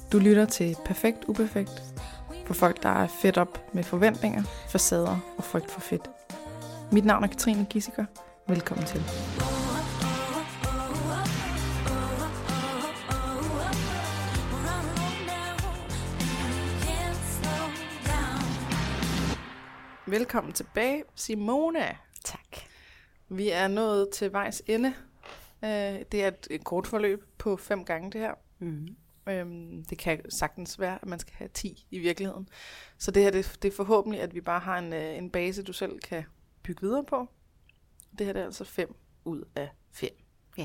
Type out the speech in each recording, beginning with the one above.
Du lytter til Perfekt Uperfekt for folk, der er fedt op med forventninger, facader og frygt for fedt. Mit navn er Katrine Gissiker. Velkommen til. Velkommen tilbage, Simone. Tak. Vi er nået til vejs ende. Det er et kort forløb på 5 gange det her. Det kan sagtens være, at man skal have 10 i virkeligheden. Så det her det er forhåbentlig, at vi bare har en base, du selv kan bygge videre på. Det her det er altså 5 ud af 5. Ja.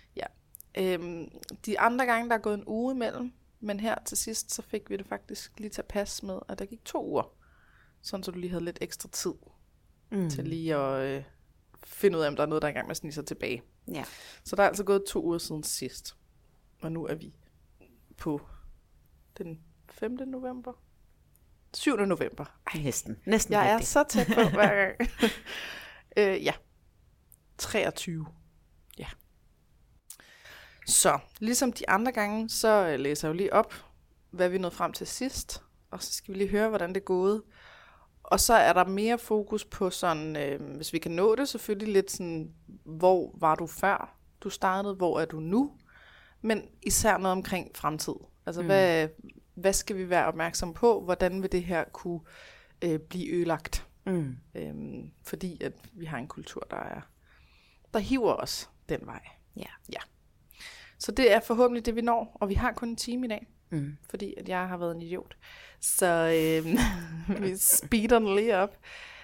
De andre gange, der er gået en uge imellem, men her til sidst, så fik vi det faktisk lige til at passe med, at der gik 2 uger. Sådan så du lige havde lidt ekstra tid til lige at finde ud af, om der er noget, der er i gang med at snige sig tilbage. Ja. Så der er altså gået 2 uger siden sidst. Og nu er vi på den 5. november. 7. november. Næsten Jeg er rigtigt. så tæt på hver gang. Ja. 23. Ja. Så, ligesom de andre gange, så læser jeg jo lige op, hvad vi nåede frem til sidst. Og så skal vi lige høre, hvordan det er gået. Og så er der mere fokus på sådan, hvis vi kan nå det, selvfølgelig lidt sådan, hvor var du før du startede, hvor er du nu? Men især noget omkring fremtid. Altså, hvad skal vi være opmærksom på? Hvordan vil det her kunne blive ødelagt? Fordi at vi har en kultur, der hiver os den vej. Ja. Så det er forhåbentlig det, vi når. Og vi har kun en time i dag, fordi at jeg har været en idiot. Så vi speeder den lige op.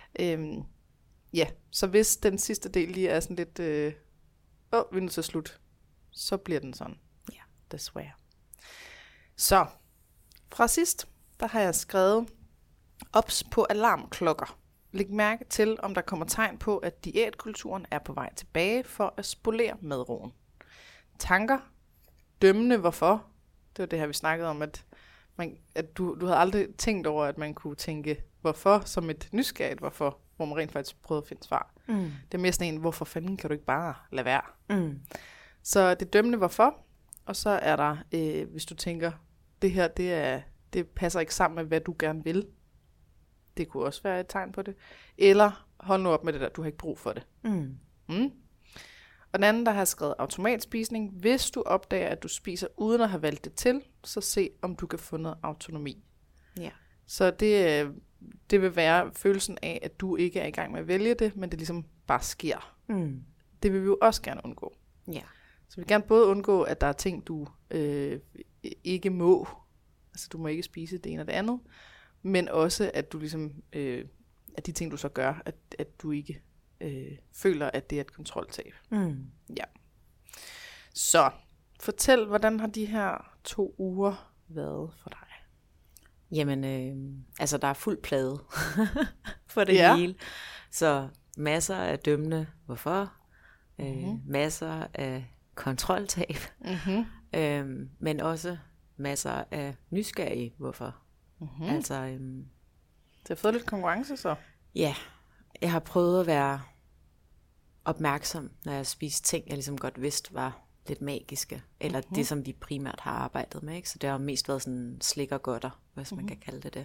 Så hvis den sidste del lige er sådan lidt, vi er nødt til at slutte, så bliver den sådan. Ja. Desværre. Så, fra sidst, der har jeg skrevet ops på alarmklokker. Læg mærke til, om der kommer tegn på, at diætkulturen er på vej tilbage for at spolere madroen. Tanker, dømmende hvorfor. Det var det her, vi snakkede om, at du havde aldrig tænkt over, at man kunne tænke hvorfor, som et nysgerrigt hvorfor, hvor man rent faktisk prøvede at finde svar. Det er mere sådan en, hvorfor fanden kan du ikke bare lade være? Så det dømmende hvorfor, og så er der, hvis du tænker, det her, det passer ikke sammen med, hvad du gerne vil. Det kunne også være et tegn på det. Eller hold nu op med det der, du har ikke brug for det. Og den anden, der har skrevet automatspisning. Hvis du opdager, at du spiser uden at have valgt det til, så se, om du kan få noget autonomi. Ja. Så det vil være følelsen af, at du ikke er i gang med at vælge det, men det ligesom bare sker. Det vil vi jo også gerne undgå. Ja. Så vi vil gerne både undgå, at der er ting, du ikke må. Altså du må ikke spise det ene og det andet. Men også, at du ligesom, at de ting, du så gør, at du ikke føler, at det er et kontroltab. Ja. Så, fortæl, hvordan har de her 2 uger været for dig? Jamen, der er fuld plade for det hele. Så masser af dømmende hvorfor. Masser af kontroltab. Men også masser af nysgerrige hvorfor. Det har fået lidt konkurrence så? Ja, jeg har prøvet at være opmærksom, når jeg spiste ting, jeg ligesom godt vidste var lidt magiske. Eller det, som vi primært har arbejdet med. Ikke? Så det har mest været sådan slik og godter, hvis man kan kalde det det.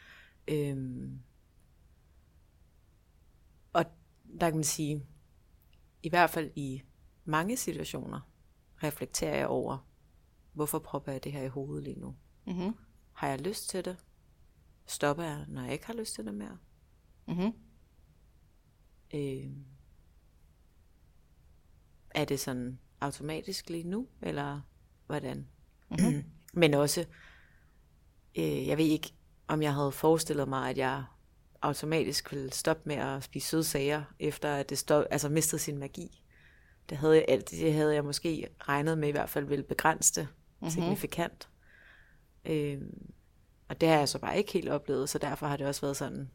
Og der kan man sige, i hvert fald i mange situationer, reflekterer jeg over, hvorfor propper jeg det her i hovedet lige nu? Har jeg lyst til det? Stopper jeg, når jeg ikke har lyst til det mere? Er det sådan automatisk lige nu, eller hvordan? Men også, jeg ved ikke, om jeg havde forestillet mig, at jeg automatisk ville stoppe med at spise søde sager, efter at det mistede sin magi. Det havde jeg måske regnet med, i hvert fald ville begrænse det signifikant. Og det har jeg så bare ikke helt oplevet, så derfor har det også været sådan,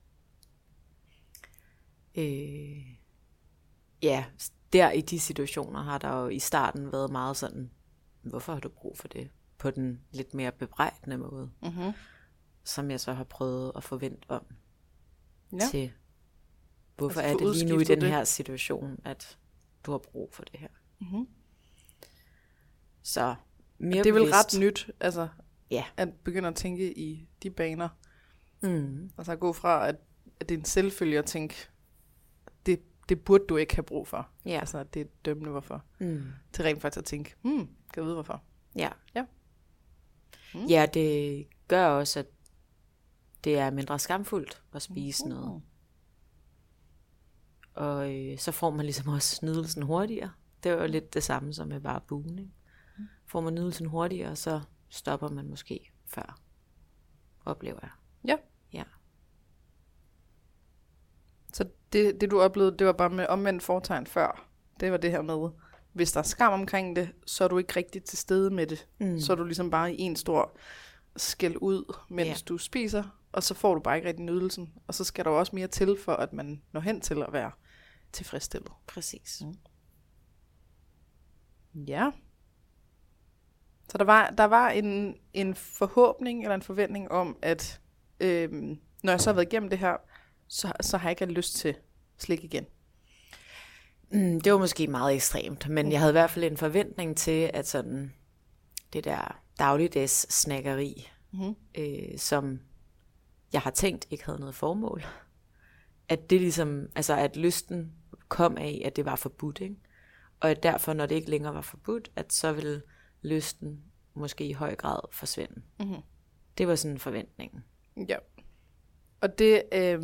der i de situationer har der jo i starten været meget sådan, hvorfor har du brug for det? På den lidt mere bebrejdende måde, som jeg så har prøvet at forvente om til, hvorfor er det lige nu i den her situation, at du har brug for det her. Så mere det er vel bevidst. ret nyt, altså Ja. At begynde at tænke i de baner. Mm. Og så gå fra, at det er en selvfølge at tænke, det burde du ikke have brug for. Ja. Altså, at det er dømmende hvorfor. Mm. Til rent faktisk at tænke, kan jeg vide hvorfor? Ja. Ja. Ja, det gør også, at det er mindre skamfuldt at spise noget. Og så får man ligesom også nydelsen hurtigere. Det er jo lidt det samme som med bare buen, ikke? Får man nydelsen hurtigere, så stopper man måske før, oplever jeg. Ja. Ja. Så det du oplevede, det var bare med omvendt fortegn før. Det var det her med, hvis der er skam omkring det, så er du ikke rigtig til stede med det. Så er du ligesom bare i en stor skæld ud, mens du spiser, og så får du bare ikke rigtig nydelsen. Og så skal der jo også mere til, for at man når hen til at være tilfredsstillet. Præcis. Ja. Så der var en forhåbning eller en forventning om, at når jeg så har været igennem det her, så har jeg ikke lyst til slik igen. Det var måske meget ekstremt, men jeg havde i hvert fald en forventning til, at sådan det der dagligdags snakkeri, som jeg har tænkt ikke havde noget formål, at det ligesom, altså at lysten kom af, at det var forbudt, ikke? Og at derfor, når det ikke længere var forbudt, at så ville lysten måske i høj grad forsvinde. Det var sådan en forventning. Ja. Og det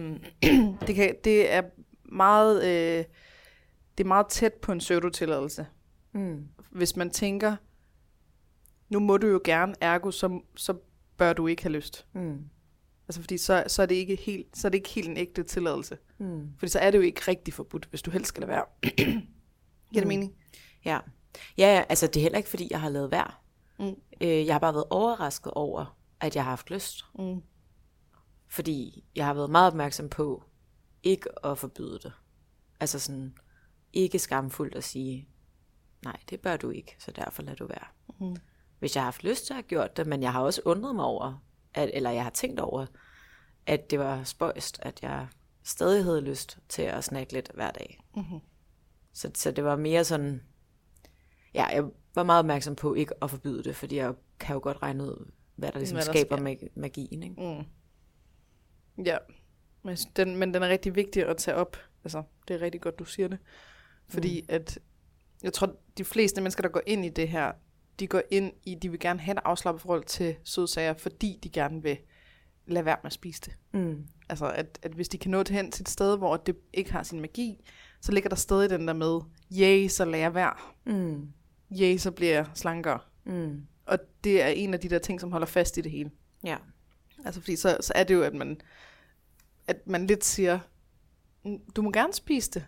er meget det er meget tæt på en pseudotilladelse. Hvis man tænker, nu må du jo gerne, ergo så bør du ikke have lyst. Altså fordi så er det ikke helt en ægte tilladelse. Fordi så er det jo ikke rigtig forbudt, hvis du helst skal lade være. Giver det mening? Ja. Ja, altså det er heller ikke fordi jeg har lavet være. Jeg har bare været overrasket over, at jeg har haft lyst. Fordi jeg har været meget opmærksom på ikke at forbyde det. Altså sådan ikke skamfuldt at sige, nej, det bør du ikke, så derfor lad du være. Hvis jeg har haft lyst til at have gjort det, men jeg har også undret mig over, eller jeg har tænkt over, at det var spøjst, at jeg stadig havde lyst til at snakke lidt hver dag. Så det var mere sådan, ja, jeg var meget opmærksom på ikke at forbyde det, fordi jeg kan jo godt regne ud, hvad der ligesom skaber magien, ikke? Ja, men den er rigtig vigtig at tage op. Altså, det er rigtig godt, du siger det. Fordi at, jeg tror, de fleste mennesker, der går ind i det her, de går ind i, de vil gerne have et afslappet forhold til sødsager, fordi de gerne vil lade være med at spise det. Altså, at hvis de kan nå hen til et sted, hvor det ikke har sin magi, så ligger der stadig den der med, så lader jeg være. Så bliver jeg slankere. Og det er en af de der ting, som holder fast i det hele. Ja. Altså, fordi så er det jo, at man lidt siger, du må gerne spise det,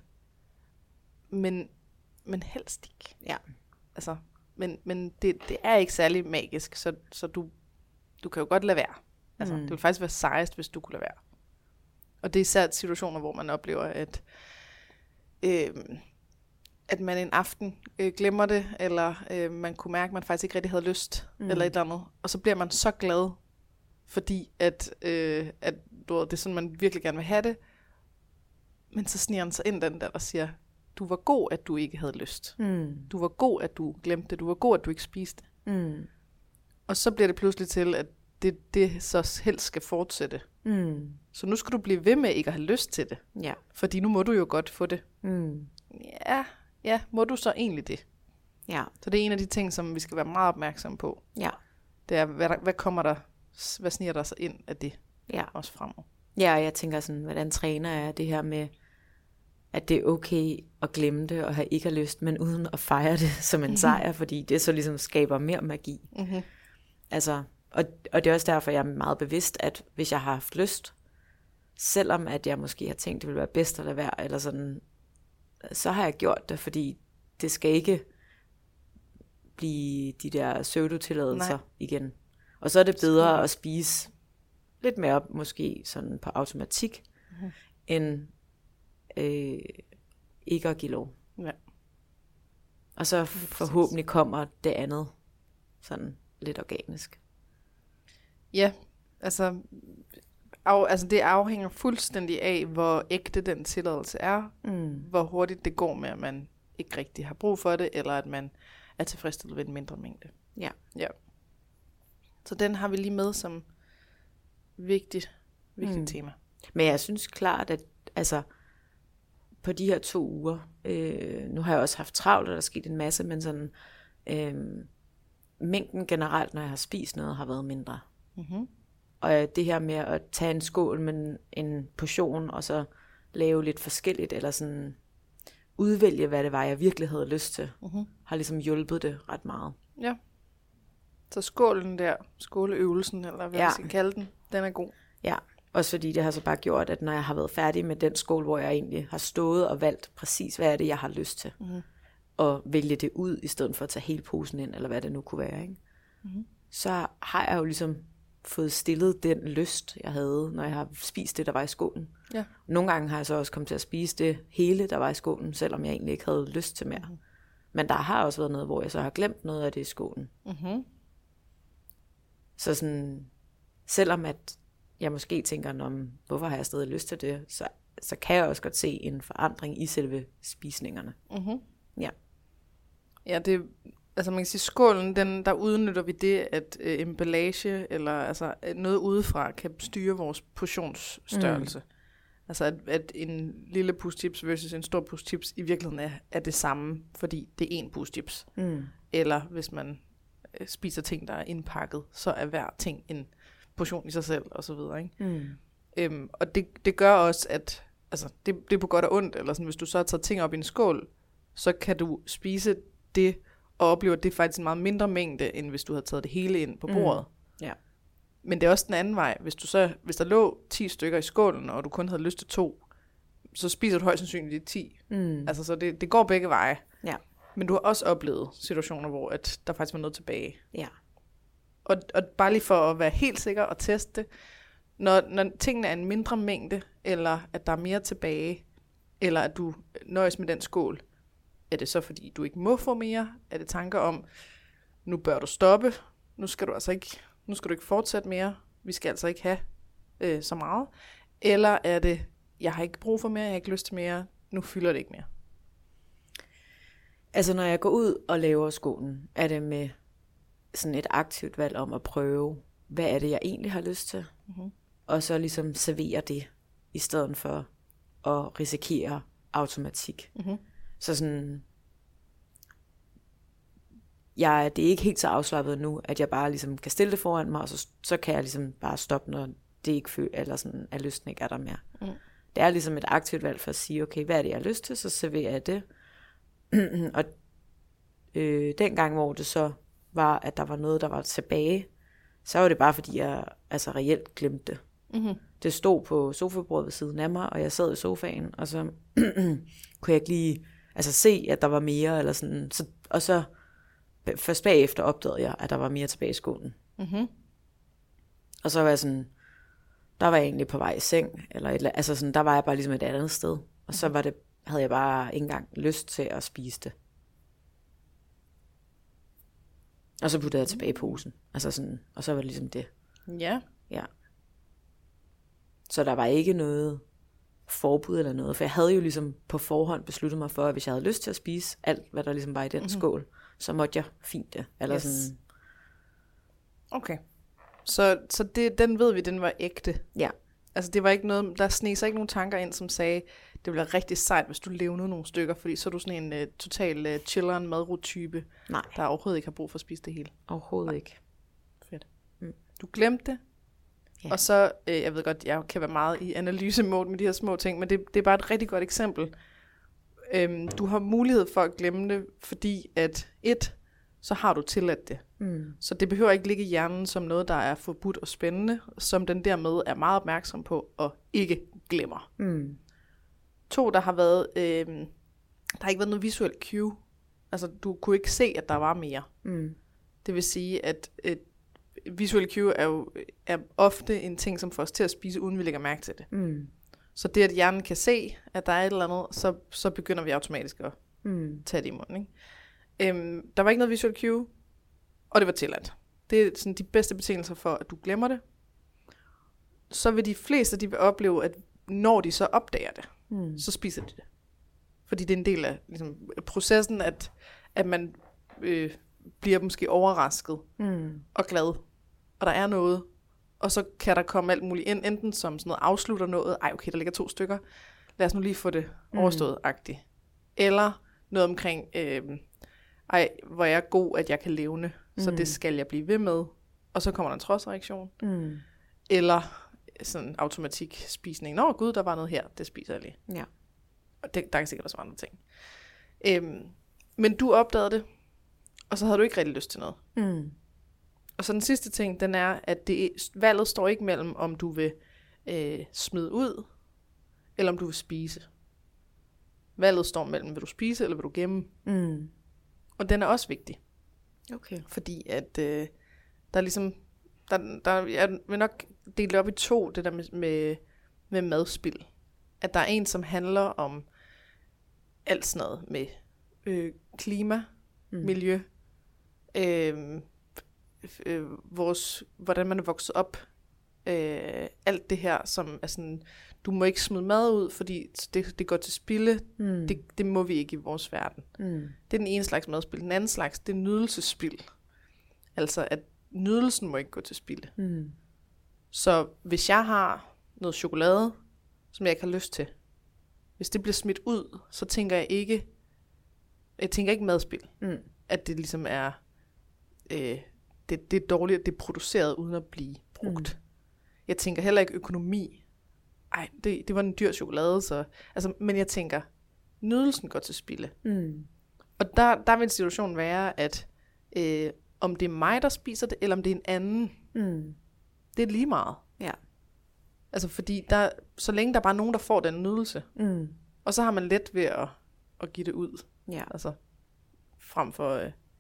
men helst ikke. Ja. Altså, men det er ikke særlig magisk, så du kan jo godt lade være. Altså, det vil faktisk være sejest, hvis du kunne lade være. Og det er især situationer, hvor man oplever, at man en aften glemmer det, eller man kunne mærke, at man faktisk ikke rigtig havde lyst, eller et eller andet. Og så bliver man så glad, fordi at det er sådan, man virkelig gerne vil have det. Men så sniger han sig ind den der siger, du var god, at du ikke havde lyst. Du var god, at du glemte det. Du var god, at du ikke spiste. Og så bliver det pludselig til, at det så helst skal fortsætte. Så nu skal du blive ved med ikke at have lyst til det. Ja. Fordi nu må du jo godt få det. Ja, må du så egentlig det? Ja. Så det er en af de ting, som vi skal være meget opmærksomme på. Ja. Det er, hvad kommer der, hvad sniger der sig ind af det? Ja. Også fremover. Ja, jeg tænker sådan, hvordan træner jeg det her med, at det er okay at glemme det, og have ikke har lyst, men uden at fejre det som en sejr, fordi det så ligesom skaber mere magi. Altså, og det er også derfor, jeg er meget bevidst, at hvis jeg har haft lyst, selvom at jeg måske har tænkt, det ville være bedst at lade være, eller sådan, så har jeg gjort det, fordi det skal ikke blive de der pseudotilladelser igen. Og så er det bedre at spise lidt mere op, måske sådan på automatik, end ikke at give lov. Ja. Og så forhåbentlig kommer det andet sådan lidt organisk. Ja, altså det afhænger fuldstændig af, hvor ægte den tilladelse er, hvor hurtigt det går med, at man ikke rigtig har brug for det, eller at man er tilfredsstillet ved en mindre mængde. Ja. Ja. Så den har vi lige med som vigtigt tema. Men jeg synes klart, at altså, på de her 2 uger, nu har jeg også haft travlt, og der er sket en masse, men sådan, mængden generelt, når jeg har spist noget, har været mindre. Mm-hmm. Og det her med at tage en skål med en portion, og så lave lidt forskelligt, eller sådan udvælge, hvad det var, jeg virkelig havde lyst til, har ligesom hjulpet det ret meget. Ja. Så skålen der, skåleøvelsen, eller hvad man skal kalde den, den er god. Ja, også fordi det har så bare gjort, at når jeg har været færdig med den skål, hvor jeg egentlig har stået og valgt præcis, hvad er det, jeg har lyst til, og vælge det ud, i stedet for at tage hele posen ind, eller hvad det nu kunne være, ikke? Så har jeg jo ligesom fået stillet den lyst, jeg havde, når jeg har spist det, der var i skålen. Ja. Nogle gange har jeg så også kommet til at spise det hele, der var i skålen, selvom jeg egentlig ikke havde lyst til mere. Men der har også været noget, hvor jeg så har glemt noget af det i skålen. Så sådan, selvom at jeg måske tænker, hvorfor har jeg stadig lyst til det, så kan jeg også godt se en forandring i selve spisningerne. Ja. Ja, det, altså man kan sige, skålen, der udnytter vi det, at emballage, eller altså noget udefra, kan styre vores portionsstørrelse. Altså at en lille pose chips versus en stor pose chips i virkeligheden er det samme, fordi det er en pose chips. Eller hvis man spiser ting, der er indpakket, så er hver ting en portion i sig selv, og så videre, ikke? Og det gør også, at altså, det er på godt og ondt, eller sådan, hvis du så har taget ting op i en skål, så kan du spise det, og opleve, at det er faktisk en meget mindre mængde, end hvis du havde taget det hele ind på bordet. Ja. Men det er også den anden vej. Hvis der lå 10 stykker i skålen, og du kun havde lyst til 2, så spiser du højst sandsynligt de 10. Altså, så det går begge veje. Ja. Men du har også oplevet situationer, hvor at der faktisk var noget tilbage. Ja. Og bare lige for at være helt sikker og teste det, når tingene er en mindre mængde, eller at der er mere tilbage, eller at du nøjes med den skål, er det så fordi, du ikke må få mere? Er det tanker om, nu bør du stoppe, nu skal du ikke fortsætte mere, vi skal altså ikke have så meget? Eller er det, jeg har ikke brug for mere, jeg har ikke lyst til mere, nu fylder det ikke mere? Altså når jeg går ud og laver skålen, er det med sådan et aktivt valg om at prøve, hvad er det, jeg egentlig har lyst til? Og så ligesom servere det, i stedet for at risikere automatik. Så sådan, det er ikke helt så afslappet nu, at jeg bare ligesom kan stille det foran mig, og så kan jeg ligesom bare stoppe, når det ikke føler, eller sådan, at lysten ikke er der mere. Det er ligesom et aktivt valg for at sige, okay, hvad er det, jeg har lyst til, så serverer jeg det. Og dengang, hvor det så var, at der var noget, der var tilbage, så var det bare, fordi jeg altså reelt glemte det. Det stod på sofabordet ved siden af mig, og jeg sad i sofaen, og så kunne jeg ikke lige se, at der var mere, eller sådan. Og så først bagefter opdagede jeg, at der var mere tilbage i skålen. Og så var jeg sådan, der var jeg egentlig på vej i seng, eller sådan, der var jeg bare ligesom et andet sted. Og så havde jeg bare ikke engang lyst til at spise det. Og så puttede jeg tilbage i posen. Altså sådan, og så var det ligesom det. Ja. Ja. Så der var ikke noget forbud eller noget, for jeg havde jo ligesom på forhånd besluttet mig for, at hvis jeg havde lyst til at spise alt, hvad der ligesom var i den skål, så måtte jeg fint det. Eller sådan. Okay. Så den ved vi, den var ægte. Ja. Altså det var ikke noget, der sneg sig ikke nogen tanker ind, som sagde, det ville være rigtig sejt, hvis du levnede nogle stykker, fordi så er du sådan en total chilleren madrot-type, der overhovedet ikke har brug for at spise det hele. Overhovedet ikke. Fedt. Du glemte det, og så, jeg ved godt, jeg kan være meget i analysemode med de her små ting, men det er bare et rigtig godt eksempel. Du har mulighed for at glemme det, fordi at så har du tilladt det. Så det behøver ikke ligge i hjernen som noget, der er forbudt og spændende, som den dermed er meget opmærksom på og ikke glemmer. 2, der har været, der har ikke været noget visuel cue. Altså du kunne ikke se, at der var mere. Det vil sige, at visuel cue er ofte en ting, som får os til at spise, uden vi lægger mærke til det. Så det, at hjernen kan se, at der er et eller andet, så begynder vi automatisk at tage det i munden, ikke? Der var ikke noget visual cue, og det var tilladt. Det er sådan de bedste betingelser for, at du glemmer det. Så vil de fleste, de vil opleve, at når de så opdager det, så spiser de det. Fordi det er en del af ligesom, processen, at man bliver måske overrasket og glad og der er noget, og så kan der komme alt muligt ind, enten som sådan noget afslutter noget, ej okay, der ligger 2 stykker, lad os nu lige få det overstået-agtigt. Eller noget omkring, ej, hvor jeg er god, at jeg kan levne, så det skal jeg blive ved med, og så kommer der en trodsreaktion. Eller sådan automatik spisning. Nå gud, der var noget her, det spiser jeg lige. Ja. Og der kan sikkert også være andre ting. Men du opdagede det, og så havde du ikke rigtig lyst til noget. Og så den sidste ting, den er, at valget står ikke mellem, om du vil smide ud, eller om du vil spise. Valget står mellem, vil du spise, eller vil du gemme. Og den er også vigtig. Okay. Fordi at der er ligesom, jeg vil nok dele det op i 2, det der med madspild. At der er en, som handler om alt sådan noget med klima, miljø, hvordan man er vokset op, alt det her, som er sådan, du må ikke smide mad ud, fordi det går til spilde, det må vi ikke i vores verden. Det er den ene slags madspil. Den anden slags, det er nydelsesspil. Altså, at nydelsen må ikke gå til spilde. Så hvis jeg har noget chokolade, som jeg ikke har lyst til, hvis det bliver smidt ud, så tænker jeg ikke madspil. At det ligesom er, det er dårligt, at det er produceret uden at blive brugt. Jeg tænker heller ikke økonomi. Ej, det var en dyr chokolade, så, altså, men jeg tænker, nydelsen går til spilde. Og der vil situationen være, at om det er mig, der spiser det, eller om det er en anden, det er lige meget. Ja. Altså fordi, så længe der bare er nogen, der får den nydelse, og så har man let ved at give det ud. Ja. Altså, frem for,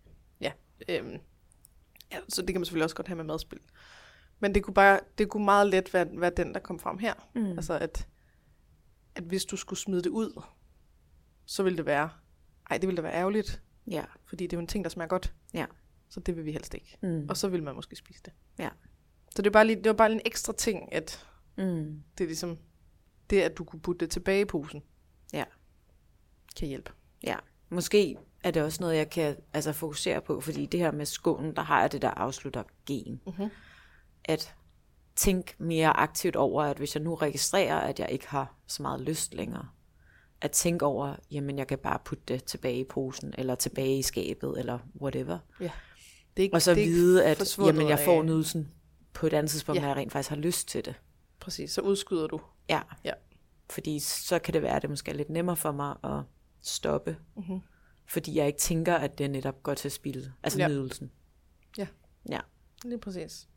så det kan man selvfølgelig også godt have med madspil. Men det kunne meget let være den, der kom frem her. Altså at hvis du skulle smide det ud, så ville det være, det ville da være ærgerligt. Ja. Fordi det er jo en ting, der smager godt. Ja. Så det vil vi helst ikke. Og så vil man måske spise det. Ja. Så det var bare en ekstra ting, at det er ligesom, det at du kunne putte det tilbage i posen. Ja. Kan hjælpe. Ja. Måske er det også noget, jeg kan fokusere på, fordi det her med skålen, der har jeg det der afslutter gen. At tænke mere aktivt over, at hvis jeg nu registrerer, at jeg ikke har så meget lyst længere, at tænke over, jamen jeg kan bare putte det tilbage i posen, eller tilbage i skabet, eller whatever. Ja. Og så vide, at jamen, jeg får nydelsen på et andet tidspunkt, når jeg rent faktisk har lyst til det. Præcis, så udskyder du. Ja. Fordi så kan det være, at det måske er lidt nemmere for mig at stoppe. Fordi jeg ikke tænker, at det netop går til spilde. Altså nydelsen. Ja. Lige præcis.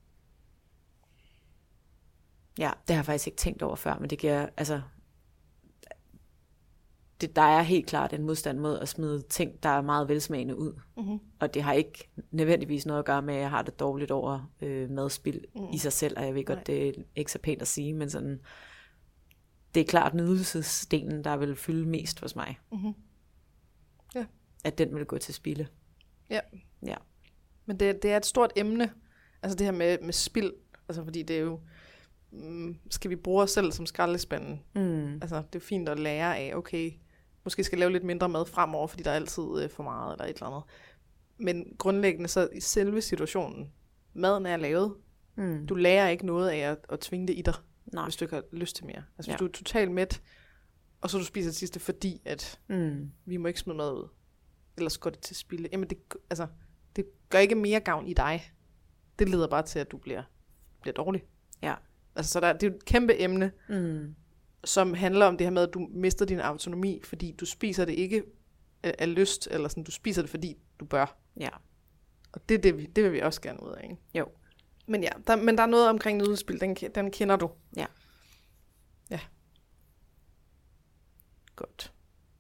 Ja, det har jeg faktisk ikke tænkt over før, men det giver, der er helt klart en modstand mod at smide ting, der er meget velsmagende ud. Og det har ikke nødvendigvis noget at gøre med, at jeg har det dårligt over madspild i sig selv, og jeg ved godt, det er ikke så pænt at sige, men sådan, det er klart nydelsesdelen, der vil fylde mest hos mig. Ja. At den vil gå til spilde. Ja. Men det er et stort emne, altså det her med spild, altså fordi det er jo, skal vi bruge os selv som skraldespanden? Altså det er fint at lære af, okay, måske skal jeg lave lidt mindre mad fremover, fordi der er altid for meget eller et eller andet. Men grundlæggende så i selve situationen, maden er lavet, du lærer ikke noget af at tvinge det i dig, hvis du ikke har lyst til mere. Altså hvis du er totalt mæt, og så du spiser det sidste, fordi at vi må ikke smide mad ud, ellers går det til spilde. Jamen det gør ikke mere gavn i dig. Det leder bare til, at du bliver dårlig. Ja. Altså, så det er jo et kæmpe emne, som handler om det her med, at du mister din autonomi, fordi du spiser det ikke af lyst, eller sådan, du spiser det, fordi du bør. Ja. Og det vil vi også gerne ud af, ikke? Jo. Men ja, der er noget omkring nydelsespil, den kender du. Ja. Ja. Godt.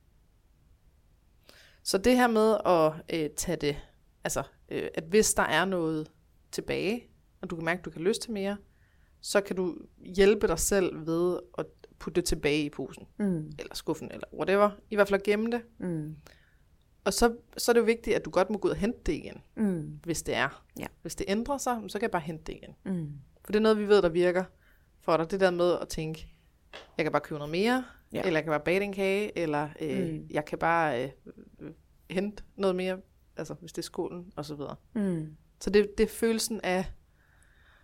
Så det her med at tage det, altså, at hvis der er noget tilbage, og du kan mærke, at du kan lyst til mere, så kan du hjælpe dig selv ved at putte det tilbage i posen, eller skuffen, eller whatever. I hvert fald at gemme det. Og så er det jo vigtigt, at du godt må gå ud og hente det igen, hvis det er. Ja. Hvis det ændrer sig, så kan jeg bare hente det igen. For det er noget, vi ved, der virker for dig. Det der med at tænke, jeg kan bare købe noget mere, eller jeg kan bare bage en kage, eller jeg kan bare hente noget mere, altså hvis det er skålen, og så videre. Så det er følelsen af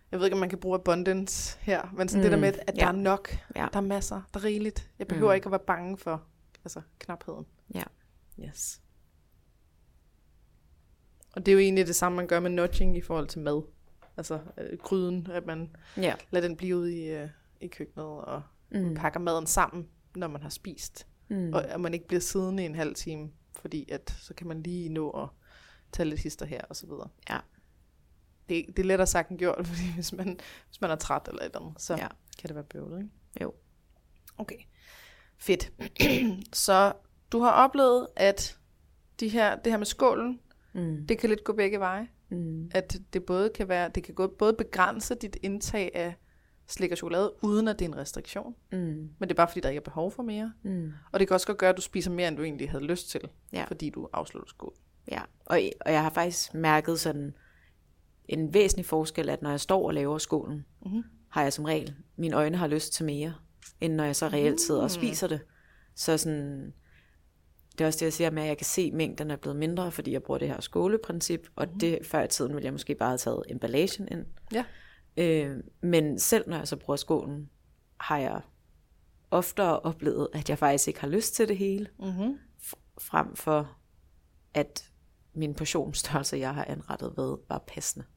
jeg ved ikke, om man kan bruge abundance her, men sådan det der med, at der er nok, der er masser, der er rigeligt. Jeg behøver ikke at være bange for knapheden. Ja. Yes. Og det er jo egentlig det samme, man gør med nudging i forhold til mad. Altså gryden, at man lader den blive ude i køkkenet, og pakker maden sammen, når man har spist. Og at man ikke bliver siddende i en halv time, fordi at så kan man lige nå at tage lidt hister her, og så videre. Ja. Det er lettere sagt end gjort, fordi hvis man er træt eller et eller andet, så kan det være bøvlet, ikke? Jo. Okay. Fedt. Så du har oplevet, at det her med skålen, det kan lidt gå begge veje. At det både kan være, det kan både begrænse dit indtag af slik og chokolade, uden at det er en restriktion. Men det er bare fordi, der ikke er behov for mere. Og det kan også godt gøre, at du spiser mere, end du egentlig havde lyst til, fordi du afslutter skål. Ja, og jeg har faktisk mærket sådan en væsentlig forskel, at når jeg står og laver skålen, har jeg som regel, mine øjne har lyst til mere, end når jeg så reelt sidder og spiser det. Så sådan, det er også det, jeg siger med, at jeg kan se, at mængden er blevet mindre, fordi jeg bruger det her skåleprincip, og det før i tiden ville jeg måske bare have taget emballagen ind. Ja. Men selv når jeg så bruger skålen, har jeg oftere oplevet, at jeg faktisk ikke har lyst til det hele, frem for at min portionsstørrelse, jeg har anrettet ved, var passende.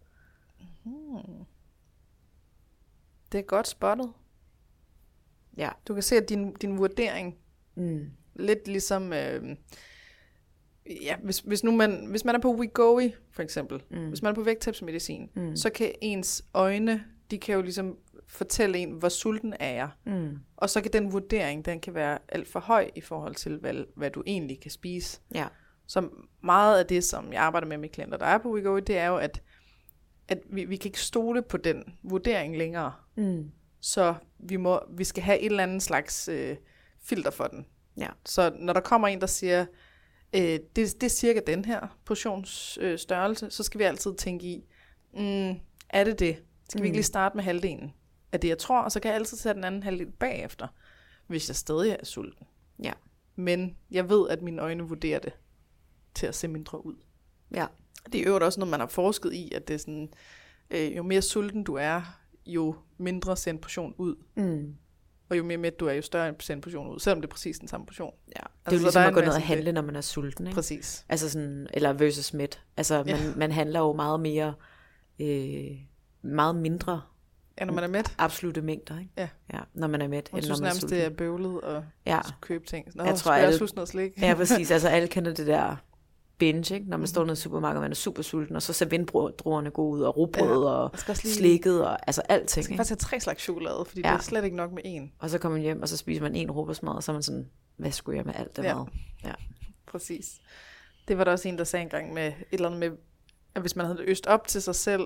Det er godt spottet. Ja. Du kan se, at din vurdering, lidt ligesom, hvis man er på Wegovy, for eksempel, hvis man er på vægttabsmedicin, så kan ens øjne, de kan jo ligesom fortælle en, hvor sulten er jeg. Og så kan den vurdering, den kan være alt for høj i forhold til, hvad du egentlig kan spise. Ja. Så meget af det, som jeg arbejder med klienter, der er på Wegovy, det er jo, at vi kan ikke stole på den vurdering længere. Så vi skal have et eller andet slags filter for den. Ja. Så når der kommer en, der siger, det er cirka den her portionsstørrelse, så skal vi altid tænke i, er det det? Skal vi ikke lige starte med halvdelen af det, jeg tror, og så kan jeg altid tage den anden halvdel bagefter, hvis jeg stadig er sulten. Ja. Men jeg ved, at mine øjne vurderer det til at se mindre ud. Ja. Det er jo også noget, man har forsket i, at det er sådan, jo mere sulten du er, jo mindre ser en portion ud. Og jo mere mæt du er, jo større ser en portion ud, selvom det er præcis den samme portion. Ja. Det er jo ligesom at gå ned og handle, når man er sulten, ikke? Præcis. Altså sådan, eller versus mæt. Altså man handler jo meget mere, meget mindre. Ja, når man er mæt. Absolutte mængder, ikke? Ja. Ja, når man er mæt. Jeg synes nærmest, det er bøvlet at købe ting. Jeg tror, alle huske noget slik. Ja, præcis. Altså alle kender det der binge, ikke? Når man står nede i supermarkedet, og man er super sulten, og så ser vinddruerne gå ud, og rugbrød, og slikket, og altså alting. Man skal faktisk have 3 slags chokolade, fordi det er slet ikke nok med én. Og så kommer man hjem, og så spiser man 1 rugbrødsmad, og så er man sådan, hvad skulle jeg med alt det mad? Ja, præcis. Det var der også en, der sagde engang med et eller andet med, at hvis man havde øst op til sig selv,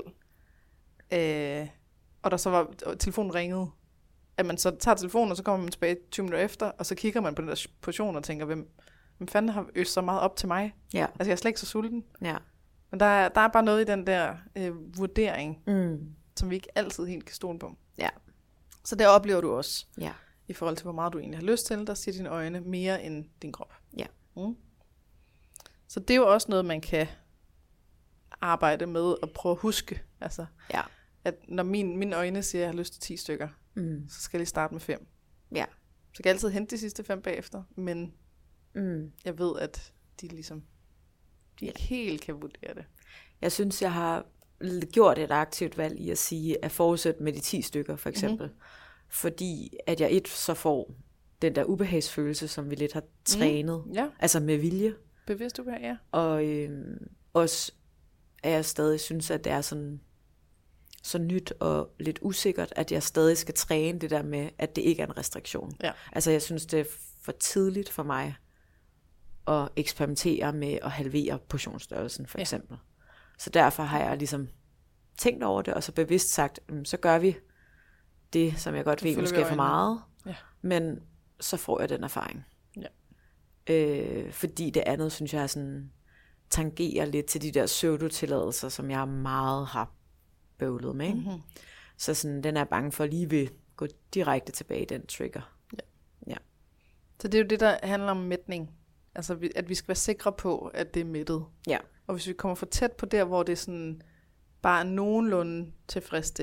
og der så var telefonen ringede, at man så tager telefonen, og så kommer man tilbage 20 minutter efter, og så kigger man på den der portion og tænker, hvem fanden har øst så meget op til mig? Ja. Altså, jeg er slet ikke så sulten. Ja. Men der er bare noget i den der vurdering, som vi ikke altid helt kan stole på. Ja. Så det oplever du også, ja, i forhold til, hvor meget du egentlig har lyst til. Der siger dine øjne mere end din krop. Ja. Så det er jo også noget, man kan arbejde med og prøve at huske. Altså, at når mine øjne siger, at jeg har lyst til 10 stykker, så skal jeg lige starte med 5. Ja. Så kan jeg altid hente de sidste 5 bagefter, men jeg ved, at de ligesom ikke helt kan vurdere det. Jeg synes, jeg har gjort et aktivt valg i at sige, at fortsætte med de 10 stykker, for eksempel. Fordi at jeg så får den der ubehagsfølelse, som vi lidt har trænet. Altså med vilje. Bevidst ubehag, ja. Og også at jeg stadig synes, at det er sådan så nyt og lidt usikkert, at jeg stadig skal træne det der med, at det ikke er en restriktion. Ja. Altså jeg synes, det er for tidligt for mig at eksperimentere med at halvere portionsstørrelsen, for eksempel. Så derfor har jeg ligesom tænkt over det, og så bevidst sagt, så gør vi det, som jeg godt ved, måske er for meget, men så får jeg den erfaring. Ja. Fordi det andet, synes jeg, sådan tangerer lidt til de der pseudotilladelser, som jeg meget har bøvlet med. Ikke? Så sådan, den er bange for lige ved gå direkte tilbage i den trigger. Ja. Så det er jo det, der handler om mætning. Altså, at vi skal være sikre på, at det er mættet. Ja. Og hvis vi kommer for tæt på der, hvor det sådan bare er nogenlunde tilfredsstillet,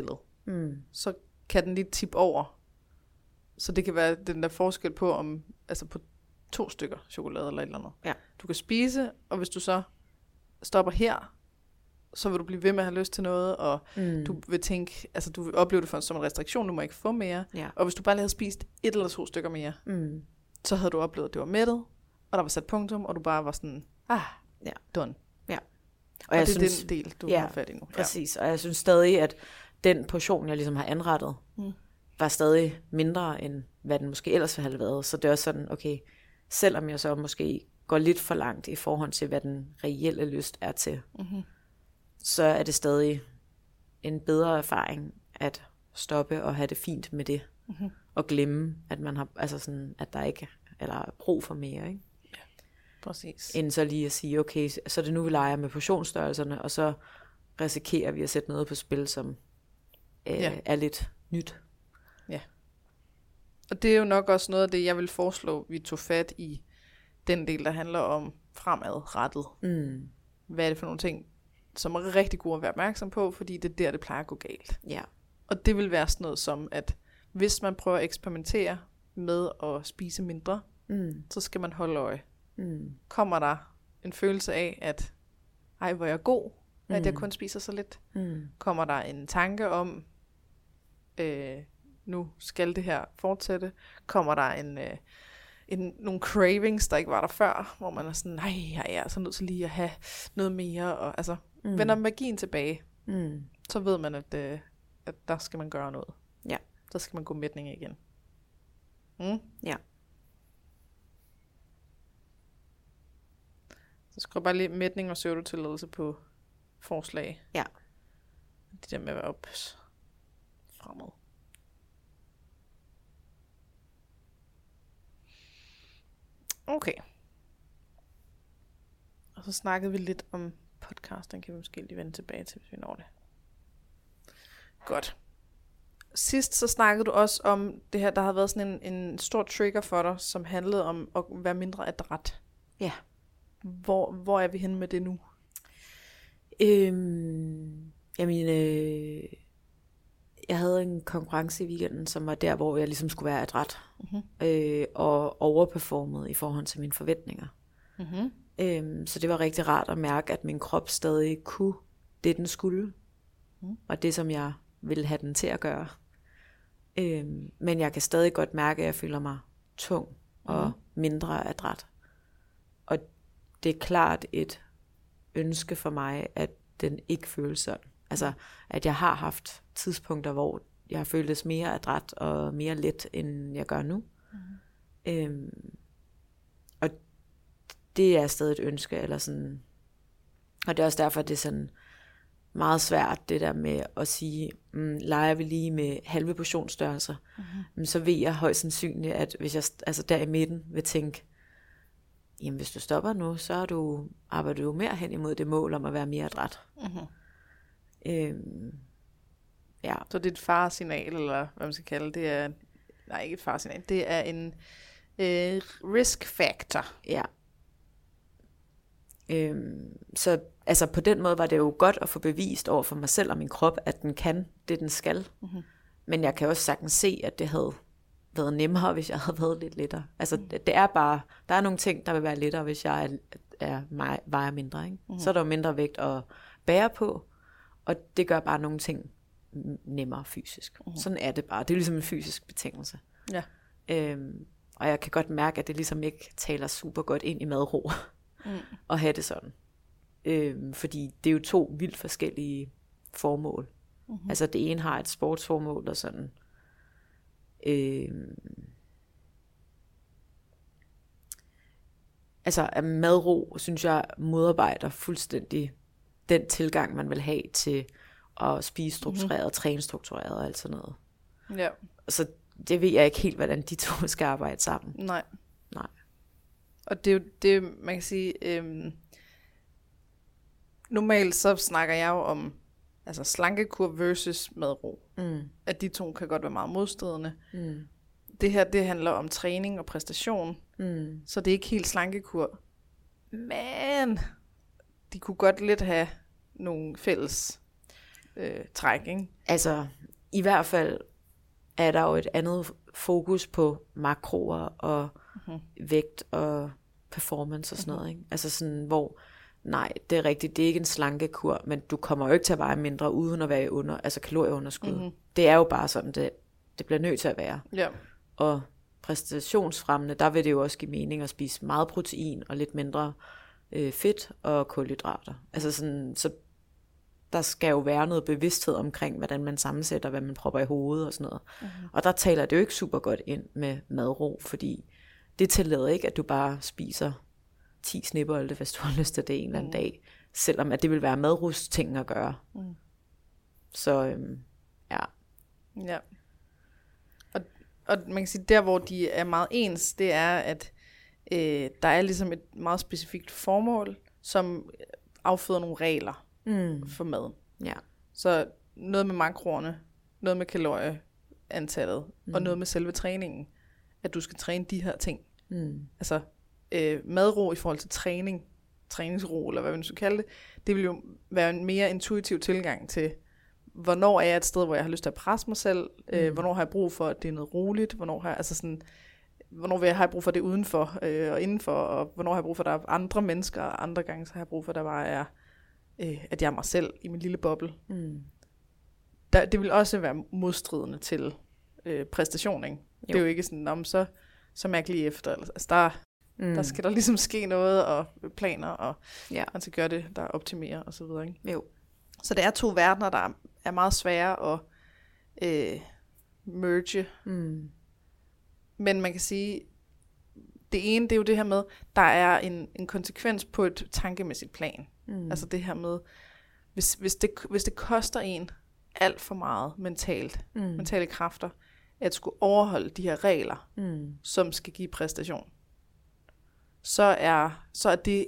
så kan den lige tippe over. Så det kan være den der forskel på, om, altså på 2 stykker chokolade eller et eller andet. Ja. Du kan spise, og hvis du så stopper her, så vil du blive ved med at have lyst til noget, og du vil tænke, altså du vil opleve det som en restriktion, du må ikke få mere. Ja. Og hvis du bare lige havde spist 1 eller 2 stykker mere, så havde du oplevet, at det var mættet, og der var sat punktum, og du bare var sådan, done. Ja. Og jeg det er den del, du har fat i nu. Præcis, og jeg synes stadig, at den portion, jeg ligesom har anrettet, var stadig mindre, end hvad den måske ellers ville have været. Så det er også sådan, okay, selvom jeg så måske går lidt for langt i forhold til, hvad den reelle lyst er til, så er det stadig en bedre erfaring at stoppe og have det fint med det, og glemme, at man har, altså sådan, at der ikke eller brug for mere, ikke? Ja, præcis. End så lige at sige, okay, så er det nu, vi leger med portionsstørrelserne, og så risikerer vi at sætte noget på spil, som er lidt nyt. Ja. Og det er jo nok også noget af det, jeg vil foreslå, vi tog fat i den del, der handler om fremadrettet. Hvad er det for nogle ting, som er rigtig gode at være opmærksom på, fordi det er der, det plejer at gå galt. Ja. Og det vil være sådan noget som, at hvis man prøver at eksperimentere med at spise mindre, så skal man holde øje. Kommer der en følelse af, at ej, hvor er jeg god, at jeg kun spiser så lidt? Kommer der en tanke om, nu skal det her fortsætte? Kommer der nogle cravings, der ikke var der før, hvor man er sådan, nej, jeg er så nødt til lige at have noget mere, og altså, vender magien tilbage, så ved man, at der skal man gøre noget. Ja. Der skal man gå mætning igen. Ja. Så skriv bare lige mætning og pseudotilladelse på forslag. Ja. Det der med at være fremad. Okay. Og så snakkede vi lidt om podcast. Den kan vi måske lige vende tilbage til, hvis vi når det. Godt. Sidst så snakkede du også om det her, der har været sådan en stor trigger for dig, som handlede om at være mindre adræt. Ja. Hvor er vi henne med det nu? Jeg havde en konkurrence i weekenden, som var der, hvor jeg ligesom skulle være adræt. Og overperformet i forhold til mine forventninger. Så det var rigtig rart at mærke, at min krop stadig kunne det, den skulle. Og det, som jeg ville have den til at gøre. Men jeg kan stadig godt mærke, at jeg føler mig tung og mindre adræt. Og det er klart et ønske for mig, at den ikke føles sådan. Altså, at jeg har haft tidspunkter, hvor jeg har føltes mere adræt og mere let, end jeg gør nu. Og det er stadig et ønske, eller sådan. Og det er også derfor, at det er sådan meget svært, det der med at sige, leger vi lige med halve portionsstørrelser, så ved jeg højst sandsynligt, at hvis jeg altså der i midten vil tænke, jamen hvis du stopper nu, så arbejder du mere hen imod det mål om at være mere adræt. Ja. Så det er et faresignal, eller hvad man skal kalde det, det er, nej ikke et faresignal, det er en risk factor. Ja. Så altså på den måde var det jo godt at få bevist over for mig selv og min krop, at den kan det, den skal. Men jeg kan også sagtens se, at det havde været nemmere, hvis jeg havde været lidt lettere. Altså det er bare, der er nogle ting, der vil være lettere, hvis jeg vejer mindre. Ikke? Så er der jo mindre vægt at bære på, og det gør bare nogle ting nemmere fysisk. Sådan er det bare. Det er ligesom en fysisk betingelse. Ja. Og jeg kan godt mærke, at det ligesom ikke taler super godt ind i madro at have det sådan. Fordi det er jo 2 vildt forskellige formål. Altså det ene har et sportsformål og sådan. Altså at madro, synes jeg, modarbejder fuldstændig den tilgang, man vil have til at spise struktureret, træne struktureret og alt sådan noget. Ja. Så det ved jeg ikke helt, hvordan de 2 skal arbejde sammen. Nej. Nej. Og det er jo det, man kan sige, normalt så snakker jeg jo om altså slankekur versus madro. At de 2 kan godt være meget modstridende. Det her, det handler om træning og præstation. Så det er ikke helt slankekur. Men de kunne godt lidt have nogle fælles træk, ikke? Altså, i hvert fald er der jo et andet fokus på makroer og vægt og performance og sådan noget, ikke? Altså sådan, hvor, nej, det er rigtigt, det er ikke en slankekur, men du kommer jo ikke til at veje mindre, uden at være i kalorieunderskud. Det er jo bare sådan, det bliver nødt til at være. Ja. Og præstationsfremmende, der vil det jo også give mening at spise meget protein og lidt mindre fedt og kulhydrater. Altså sådan, så der skal jo være noget bevidsthed omkring, hvordan man sammensætter, hvad man propper i hovedet og sådan noget. Og der taler det jo ikke super godt ind med madro, fordi det tillader ikke, at du bare spiser 10 snibbolde, hvis du har lyst til det en eller anden dag, selvom at det vil være madrus-ting at gøre. Så ja. Ja. Og man kan sige, der hvor de er meget ens, det er, at der er ligesom et meget specifikt formål, som afføder nogle regler for maden. Ja. Så noget med makroerne, noget med kalorieantallet, og noget med selve træningen. At du skal træne de her ting. Altså madro i forhold til træningsro, eller hvad man skal kalde det, det vil jo være en mere intuitiv tilgang til, hvornår er jeg et sted, hvor jeg har lyst til at presse mig selv, hvornår har jeg brug for, at det er noget roligt, hvornår har jeg brug for det udenfor og indenfor, og hvornår har jeg brug for, at der er andre mennesker, og andre gange så har jeg brug for, at der bare er, at jeg er mig selv i min lille boble. Det vil også være modstridende til præstation, ikke? Det er jo ikke sådan, så mærk lige efter. Altså der skal der ligesom ske noget, og planer, og man skal gøre det, der optimerer, og så videre, ikke? Jo. Så det er to verdener, der er meget svære at merge. Men man kan sige, det ene, det er jo det her med, der er en konsekvens på et tankemæssigt plan. Altså det her med, hvis det koster en alt for meget mentale kræfter, at skulle overholde de her regler, som skal give præstation, så er det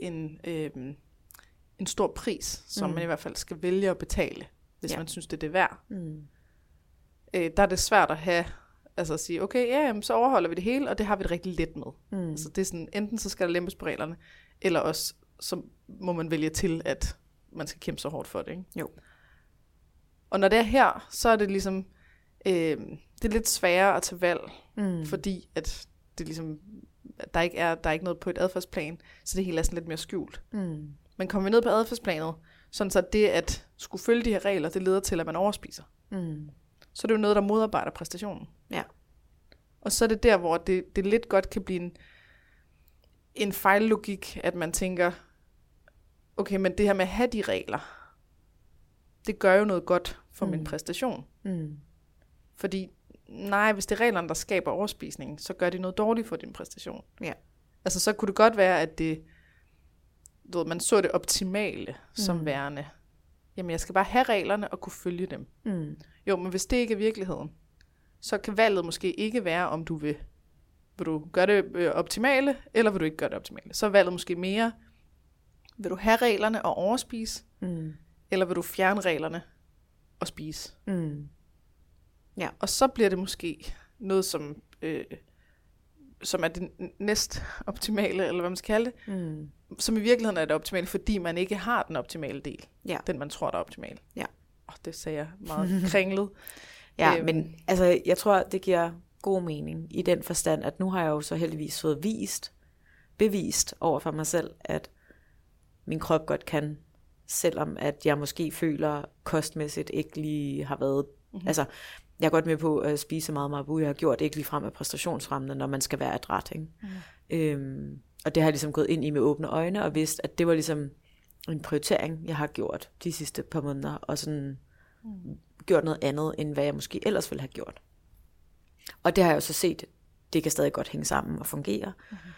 en stor pris, som man i hvert fald skal vælge at betale, hvis man synes, det er værd. Der er det svært at have, altså at sige, okay, jamen, så overholder vi det hele, og det har vi det rigtig let med. Altså det er sådan, enten så skal der lempes på reglerne, eller også så må man vælge til, at man skal kæmpe så hårdt for det, ikke? Jo. Og når det er her, så er det ligesom, det er lidt sværere at tage valg, fordi at det ligesom, der er ikke noget på et adfærdsplan, så det hele er sådan lidt mere skjult. Men kommer vi ned på adfærdsplanet, sådan så det at skulle følge de her regler, det leder til, at man overspiser. Så det er jo noget, der modarbejder præstationen. Ja. Og så er det der, hvor det lidt godt kan blive en fejllogik, at man tænker, okay, men det her med at have de regler, det gør jo noget godt for min præstation. Fordi, nej, hvis det er reglerne, der skaber overspisning, så gør det noget dårligt for din præstation. Ja. Altså, så kunne det godt være, at man så det optimale som værende. Jamen, jeg skal bare have reglerne og kunne følge dem. Jo, men hvis det ikke er virkeligheden, så kan valget måske ikke være, om du vil du gøre det optimale, eller vil du ikke gøre det optimale. Så er valget måske mere, vil du have reglerne og overspise, eller vil du fjerne reglerne og spise. Ja. Og så bliver det måske noget, som er det næst optimale, eller hvad man skal kalde det, som i virkeligheden er det optimale, fordi man ikke har den optimale del, den man tror, der er optimal. Ja. Det sagde jeg meget kringlet. Ja, men altså, jeg tror, det giver god mening i den forstand, at nu har jeg jo så heldigvis fået bevist over for mig selv, at min krop godt kan, selvom at jeg måske føler kostmæssigt ikke lige har været, altså, jeg er godt med på at spise meget marabu, jeg har gjort det ikke lige frem af præstationsfremmende, når man skal være adræt, ikke? Og det har jeg ligesom gået ind i med åbne øjne, og vidst, at det var ligesom en prioritering, jeg har gjort de sidste par måneder, og sådan gjort noget andet, end hvad jeg måske ellers ville have gjort. Og det har jeg jo så set, det kan stadig godt hænge sammen og fungere.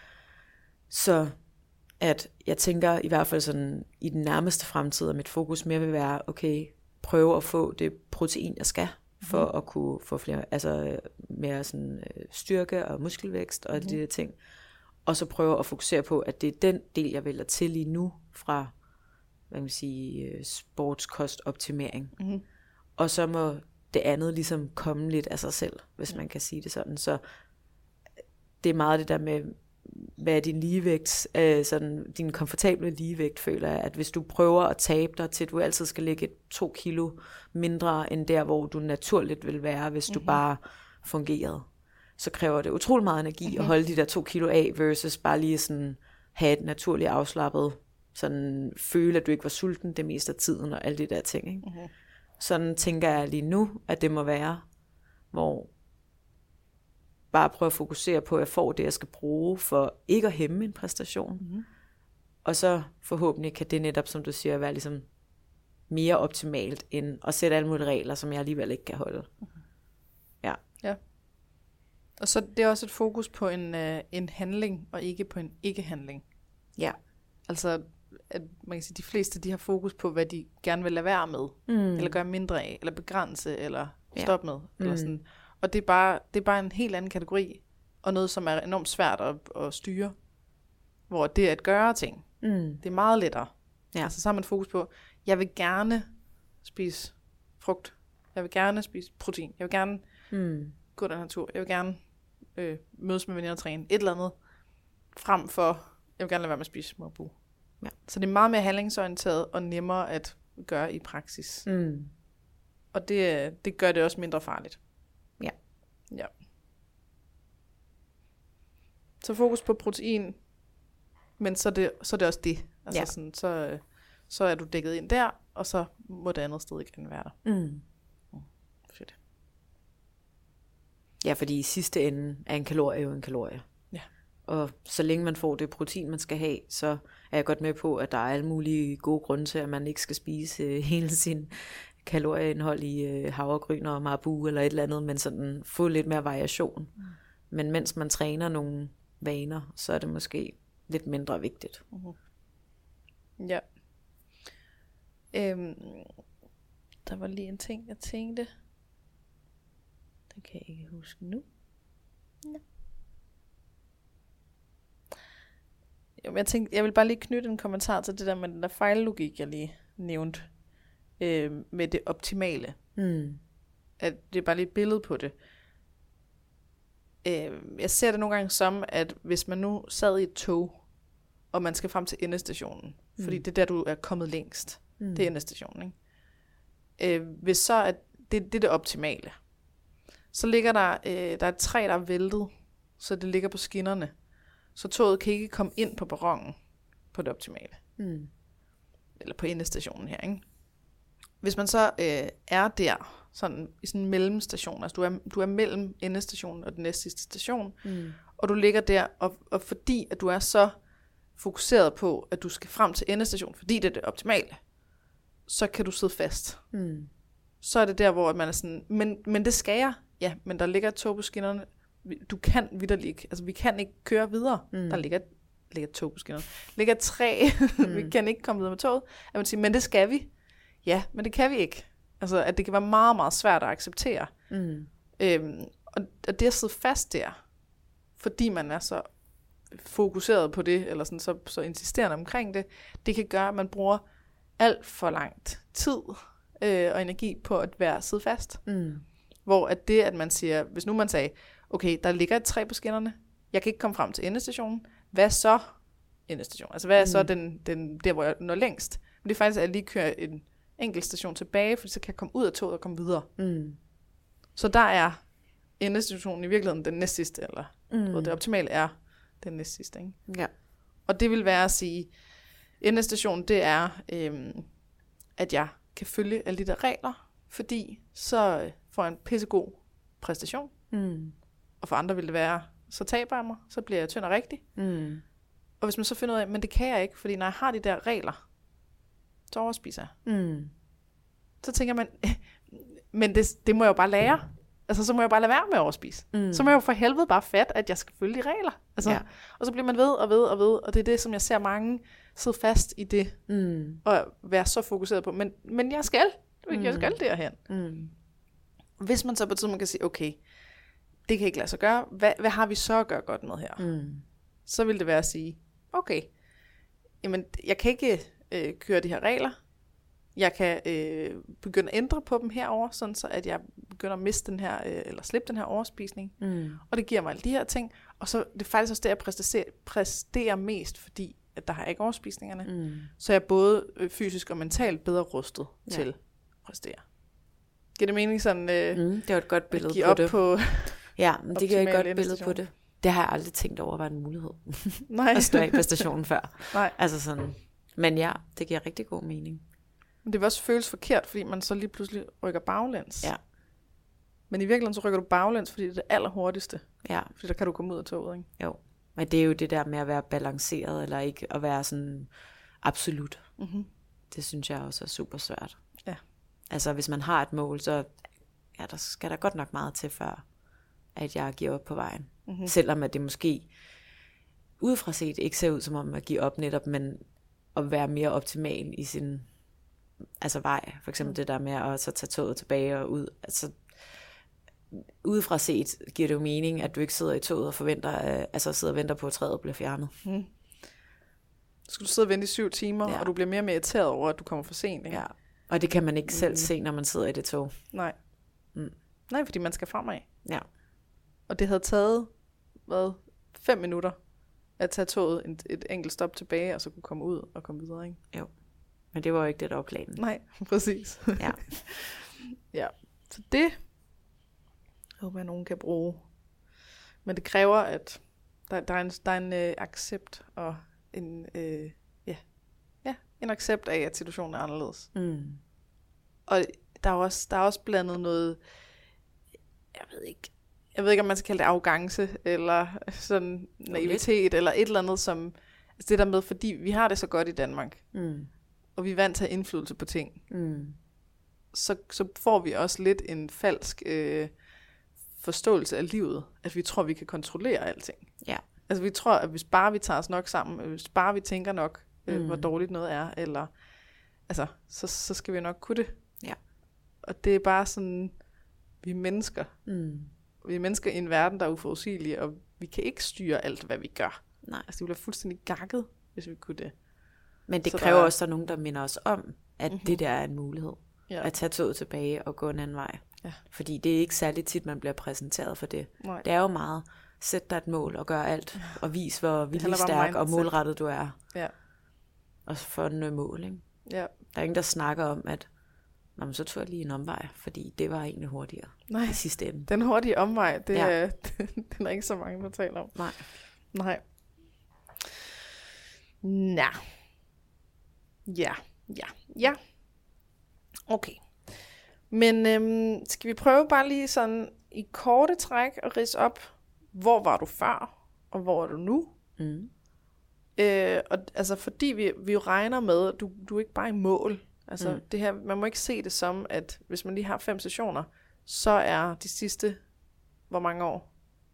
Så at jeg tænker i hvert fald sådan, i den nærmeste fremtid, at mit fokus mere vil være, okay, prøve at få det protein, jeg skal, for at kunne få flere, altså mere sådan styrke og muskelvækst og de der ting. Og så prøve at fokusere på, at det er den del, jeg vælger til lige nu, fra, hvad kan man sige, sportskostoptimering. Og så må det andet ligesom komme lidt af sig selv, hvis man kan sige det sådan. Så det er meget det der med hvad er din ligevægt, sådan din komfortable ligevægt, føler jeg, at hvis du prøver at tabe dig til, du altid skal ligge 2 kilo mindre end der, hvor du naturligt vil være, hvis du bare fungerede, så kræver det utrolig meget energi at holde de der 2 kilo af, versus bare lige sådan have et naturligt afslappet, sådan føle, at du ikke var sulten det meste af tiden, og alle de der ting, ikke? Sådan tænker jeg lige nu, at det må være, hvor bare prøve at fokusere på, at jeg får det, jeg skal bruge, for ikke at hæmme en præstation. Og så forhåbentlig kan det netop, som du siger, være ligesom mere optimalt, end at sætte alle mulige regler, som jeg alligevel ikke kan holde. Ja. Og så det er også et fokus på en handling, og ikke på en ikke-handling. Ja. Altså, at man kan sige, de fleste, de har fokus på, hvad de gerne vil lade være med, eller gøre mindre af, eller begrænse, eller stoppe med, eller sådan. Og det er bare en helt anden kategori, og noget, som er enormt svært at styre, hvor det er at gøre ting. Det er meget lettere. Ja. Altså, så har man fokus på, jeg vil gerne spise frugt, jeg vil gerne spise protein, jeg vil gerne gå den her tur, jeg vil gerne mødes med veninder og træne, et eller andet, frem for, jeg vil gerne lade være med at spise små bu. Ja. Så det er meget mere handlingsorienteret og nemmere at gøre i praksis. Og det gør det også mindre farligt. Ja. Så fokus på protein, men så er det også det. Altså sådan, så er du dækket ind der, og så må det andet sted igen være der. Fedt. Ja, fordi i sidste ende er en kalorie jo en kalorie. Ja. Og så længe man får det protein, man skal have, så er jeg godt med på, at der er alle mulige gode grunde til, at man ikke skal spise hele sin kalorieindhold i havregryn og marabu eller et eller andet, men sådan få lidt mere variation. Men mens man træner nogle vaner, så er det måske lidt mindre vigtigt. Ja. Der var lige en ting, jeg tænkte. Det kan jeg ikke huske nu. Ja. Jo, jeg tænkte, jeg vil bare lige knytte en kommentar til det der med den der fejllogik, jeg lige nævnte. Med det optimale. At det er bare lige et billede på det. Jeg ser det nogle gange som, at hvis man nu sad i et tog, og man skal frem til endestationen, fordi det er der, du er kommet længst. Det er endestationen, ikke? Hvis så at det er det optimale, så ligger der er et træ, der er væltet, så det ligger på skinnerne. Så toget kan ikke komme ind på perronen på det optimale. Eller på endestationen her, ikke? Hvis man så er der, sådan i sådan en mellemstation, altså du er mellem endestationen og den næste sidste station, og du ligger der, og fordi at du er så fokuseret på, at du skal frem til endestationen, fordi det er det optimale, så kan du sidde fast. Så er det der, hvor man er sådan, men det skal jeg. Ja, men der ligger et tog på skinnerne. Du kan vitterligt ikke, altså vi kan ikke køre videre. Der ligger et tog på skinnerne. Ligger et træ, vi kan ikke komme videre med toget. At man siger, men det skal vi. Ja, men det kan vi ikke. Altså, at det kan være meget, meget svært at acceptere. Og det at sidde fast der, fordi man er så fokuseret på det, eller sådan, så insisterende omkring det, det kan gøre, at man bruger alt for langt tid og energi på at sidde fast. Hvor at det, at man siger, hvis nu man sagde, okay, der ligger et træ på skinnerne, jeg kan ikke komme frem til endestationen, hvad så endestationen? Altså, hvad er så der, hvor jeg når længst? Men det er faktisk, at jeg lige kører en enkelt station tilbage, for så kan jeg komme ud af toget og komme videre. Så der er endestationen i virkeligheden den næstsidste, eller det optimale er den næstsidste, ikke? Ja. Og det vil være at sige, endestationen, det er, at jeg kan følge alle de der regler, fordi så får jeg en pissegod præstation. Og for andre vil det være, så taber jeg mig, så bliver jeg tynd og rigtig. Og hvis man så finder ud af, men det kan jeg ikke, fordi når jeg har de der regler, så overspiser jeg. Så tænker man, men det må jeg jo bare lære. Altså, så må jeg bare lade være med at overspise. Så må jeg jo for helvede bare fatte, at jeg skal følge de regler. Altså, og så bliver man ved og ved og ved, og det er det, som jeg ser mange sidde fast i det, og være så fokuseret på, men jeg skal derhen. Hvis man så på et tidspunkt kan sige, okay, det kan ikke lade sig gøre, hvad har vi så at gøre godt med her? Så vil det være at sige, okay, jamen, jeg kan ikke køre de her regler, jeg kan begynde at ændre på dem herover, sådan så at jeg begynde at miste den her, eller slippe den her overspisning. Og det giver mig alle de her ting. Og så det er faktisk også det, jeg præsterer mest, fordi at der har ikke overspisningerne. Så jeg er både fysisk og mentalt bedre rustet til at præstere. Giver det mening sådan, det var et godt billede at give på op det. på Ja, men det giver et godt billede endestation. på det. Det har jeg aldrig tænkt over var en mulighed. Nej. At stå af på stationen før. Nej. Altså sådan. Men ja, det giver rigtig god mening. Men det vil også føles forkert, fordi man så lige pludselig rykker baglæns. Ja. Men i virkeligheden så rykker du baglæns, fordi det er det allerhurtigste. Ja. Fordi der kan du komme ud af toget, ikke? Jo. Men det er jo det der med at være balanceret, eller ikke at være sådan absolut. Det synes jeg også er super svært. Ja. Altså hvis man har et mål, så der skal der godt nok meget til, før at jeg giver op på vejen. Selvom at det måske udefra set ikke ser ud som om at give op netop, men at være mere optimal i sin vej. For eksempel det der med at så tage toget tilbage og ud. Altså udefra set giver det jo mening, at du ikke sidder i toget og sidder og venter på, at træet bliver fjernet. Så skal du sidde og vente i 7 timer, og du bliver mere og mere irriteret over, at du kommer for sent, ikke? Ja. Og det kan man ikke selv se, når man sidder i det tog. Nej. Nej, fordi man skal fremad. Ja. Og det havde taget, 5 minutter at tage toget et enkelt stop tilbage, og så kunne komme ud og komme videre, ikke? Jo. Men det var jo ikke det, der var planen. Nej, præcis. Ja. Ja. Så det håber jeg, nogen kan bruge. Men det kræver, at der er en accept og en accept af, at situationen er anderledes. Og der er også blandet noget, jeg ved ikke, om man skal kalde det arrogance, eller sådan naivitet, eller et eller andet, som, altså det der med, fordi vi har det så godt i Danmark, og vi er vant til at have indflydelse på ting, så får vi også lidt en falsk forståelse af livet, at vi tror, vi kan kontrollere alting. Ja. Altså vi tror, at hvis bare vi tager os nok sammen, hvis bare vi tænker nok, hvor dårligt noget er, eller altså, så skal vi nok kunne det. Ja. Og det er bare sådan, vi er mennesker. Vi er mennesker i en verden, der er uforudsigelige, og vi kan ikke styre alt, hvad vi gør. Nej. Altså det bliver fuldstændig gakket, hvis vi kunne det. Men det så kræver også, at der er nogen, der minder os om, at det der er en mulighed. Ja. At tage toget tilbage og gå en anden vej. Ja. Fordi det er ikke særlig tit, man bliver præsenteret for det. Nej. Det er jo meget, sæt dig et mål og gør alt, og vis, hvor viljestærk og målrettet du er. Ja. Og så få noget mål, ikke? Ja. Der er ingen, der snakker om, at så tog jeg lige en omvej, fordi det var egentlig hurtigere i sidste ende. Den hurtige omvej, den er ikke så mange, der taler om. Nej. Nå. Ja. Okay. Men skal vi prøve bare lige sådan i korte træk at ridse op, hvor var du før, og hvor er du nu? Og altså fordi vi jo regner med, at du er ikke bare i mål. Altså det her, man må ikke se det som, at hvis man lige har 5 sessioner, så er de sidste, hvor mange år?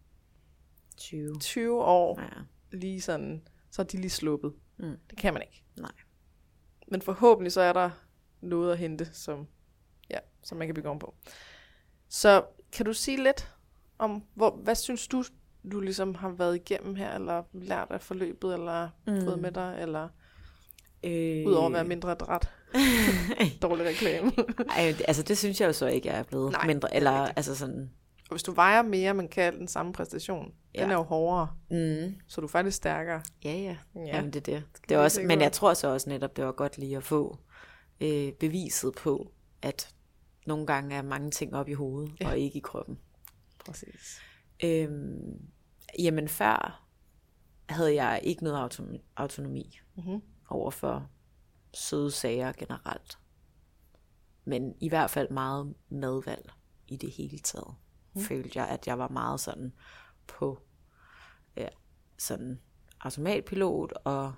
20 år, lige sådan, så er de lige sluppet. Det kan man ikke. Nej. Men forhåbentlig så er der noget at hente, som man kan bygge ovenpå. Så kan du sige lidt om, hvad synes du ligesom har været igennem her, eller lært af forløbet, eller fået med dig, eller udover at være mindre dræt? Dårlig reklame. Altså det synes jeg jo så ikke, jeg er blevet mindre, eller altså sådan. Og hvis du vejer mere, man kan den samme præstation, den er jo hårdere, så du er faktisk stærkere. Ja. Jamen det er det. Det er også, men jeg tror så også netop, det var godt lige at få beviset på, at nogle gange er mange ting op i hovedet, og ikke i kroppen. Præcis. Jamen før havde jeg ikke noget autonomi over for søde sager generelt. Men i hvert fald meget madvalg i det hele taget. Følte jeg, at jeg var meget sådan på sådan automatpilot, og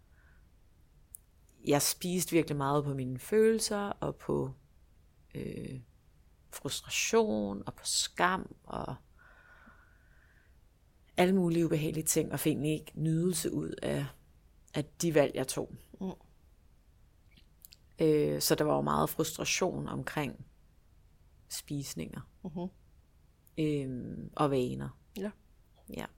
jeg spiste virkelig meget på mine følelser, og på frustration, og på skam, og alle mulige ubehagelige ting, og fik egentlig ikke nydelse ud af de valg, jeg tog. Så der var jo meget frustration omkring spisninger. Og vaner. Ja.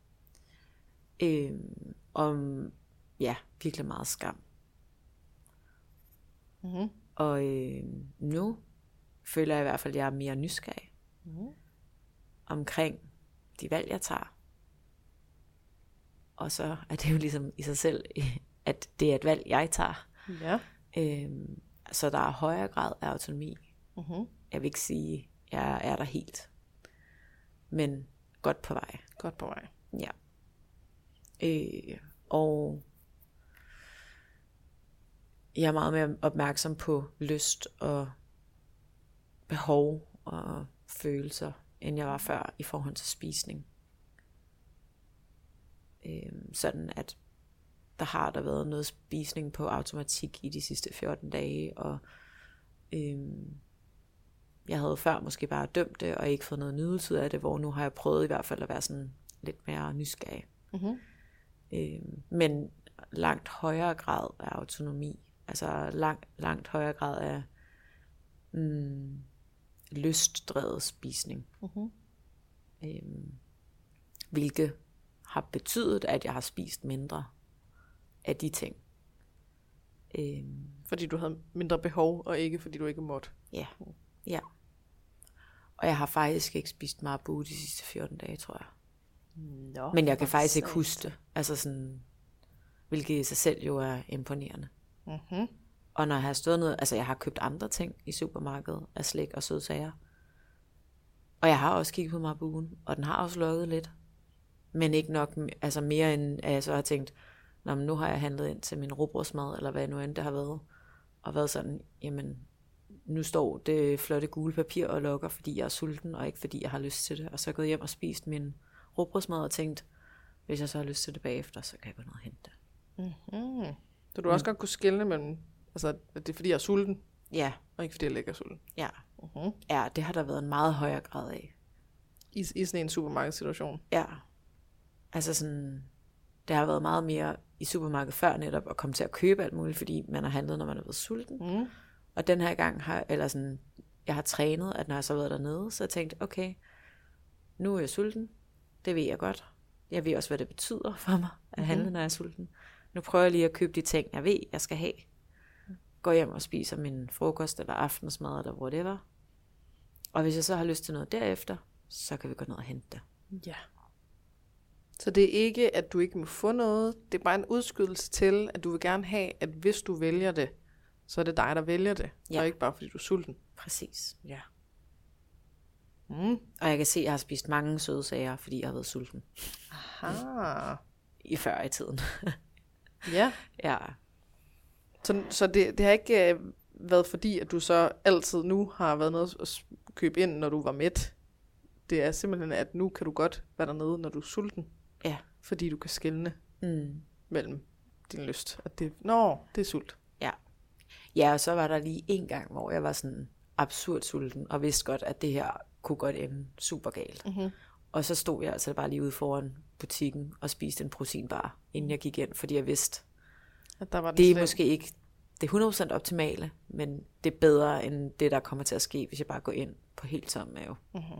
Virkelig meget skam. Og nu føler jeg i hvert fald, at jeg er mere nysgerrig omkring de valg, jeg tager. Og så er det jo ligesom i sig selv, at det er et valg, jeg tager. Ja. Så der er højere grad af autonomi. Jeg vil ikke sige, at jeg er der helt. Men godt på vej. Godt på vej. Ja. Og jeg er meget mere opmærksom på lyst og behov og følelser, end jeg var før i forhold til spisning. Sådan at der været noget spisning på automatik i de sidste 14 dage, og jeg havde før måske bare dømt det, og ikke fået noget nydelse ud af det, hvor nu har jeg prøvet i hvert fald at være sådan lidt mere nysgerrig. Men langt højere grad af autonomi, altså langt højere grad af lystdrevet spisning. Hvilket har betydet, at jeg har spist mindre af de ting. Fordi du havde mindre behov, og ikke fordi du ikke måtte. Ja. Og jeg har faktisk ikke spist marabu de sidste 14 dage, tror jeg. Nå, men jeg kan faktisk ikke huske det. Altså sådan, hvilket i sig selv jo er imponerende. Og når jeg har stået ned, altså jeg har købt andre ting i supermarkedet af slik og sødsager. Og jeg har også kigget på marabuen, og den har også lukket lidt. Men ikke nok, altså mere end at jeg så har tænkt, nu har jeg handlet ind til min rugbrødsmad, eller hvad nu end det har været. Og været sådan, jamen, nu står det flotte gule papir og lukker, fordi jeg er sulten, og ikke fordi jeg har lyst til det. Og så er jeg gået hjem og spist min rugbrødsmad og tænkt, hvis jeg så har lyst til det bagefter, så kan jeg gå ned og hente det. Så du også godt kunne skelne mellem, altså at det er fordi jeg er sulten, Ja. og ikke fordi jeg ligger sulten. Ja. Ja, det har der været en meget højere grad af. I sådan en supermarkedssituation. Ja. Altså sådan, det har været meget mere i supermarkedet før netop at komme til at købe alt muligt, fordi man har handlet, når man er blevet sulten. Og den her gang jeg har trænet, at når jeg så har været dernede, så jeg tænkt, okay, nu er jeg sulten. Det ved jeg godt. Jeg ved også, hvad det betyder for mig at handle, når jeg er sulten. Nu prøver jeg lige at købe de ting, jeg ved, jeg skal have. Går hjem og spiser min frokost eller aftensmad eller whatever. Og hvis jeg så har lyst til noget derefter, så kan vi gå ned og hente det. Ja. Så det er ikke, at du ikke må få noget. Det er bare en udskydelse til, at du vil gerne have, at hvis du vælger det, så er det dig, der vælger det. Ja. Og ikke bare, fordi du er sulten. Præcis. Ja. Og jeg kan se, at jeg har spist mange søde sager, fordi jeg har været sulten. Aha. Før i tiden. Ja. Ja. Så det har ikke været fordi, at du så altid nu har været nede og købe ind, når du var mæt. Det er simpelthen, at nu kan du godt være dernede, når du er sulten. Ja. Fordi du kan skelne mellem din lyst. At det er sult. Ja. Ja, og så var der lige en gang, hvor jeg var sådan absurd sulten, og vidste godt, at det her kunne godt ende super galt. Og så stod jeg altså bare lige ude foran butikken og spiste en proteinbar, inden jeg gik ind, fordi jeg vidste, at der var det er måske ikke det er 100% optimale, men det er bedre end det, der kommer til at ske, hvis jeg bare går ind på helt tom mave.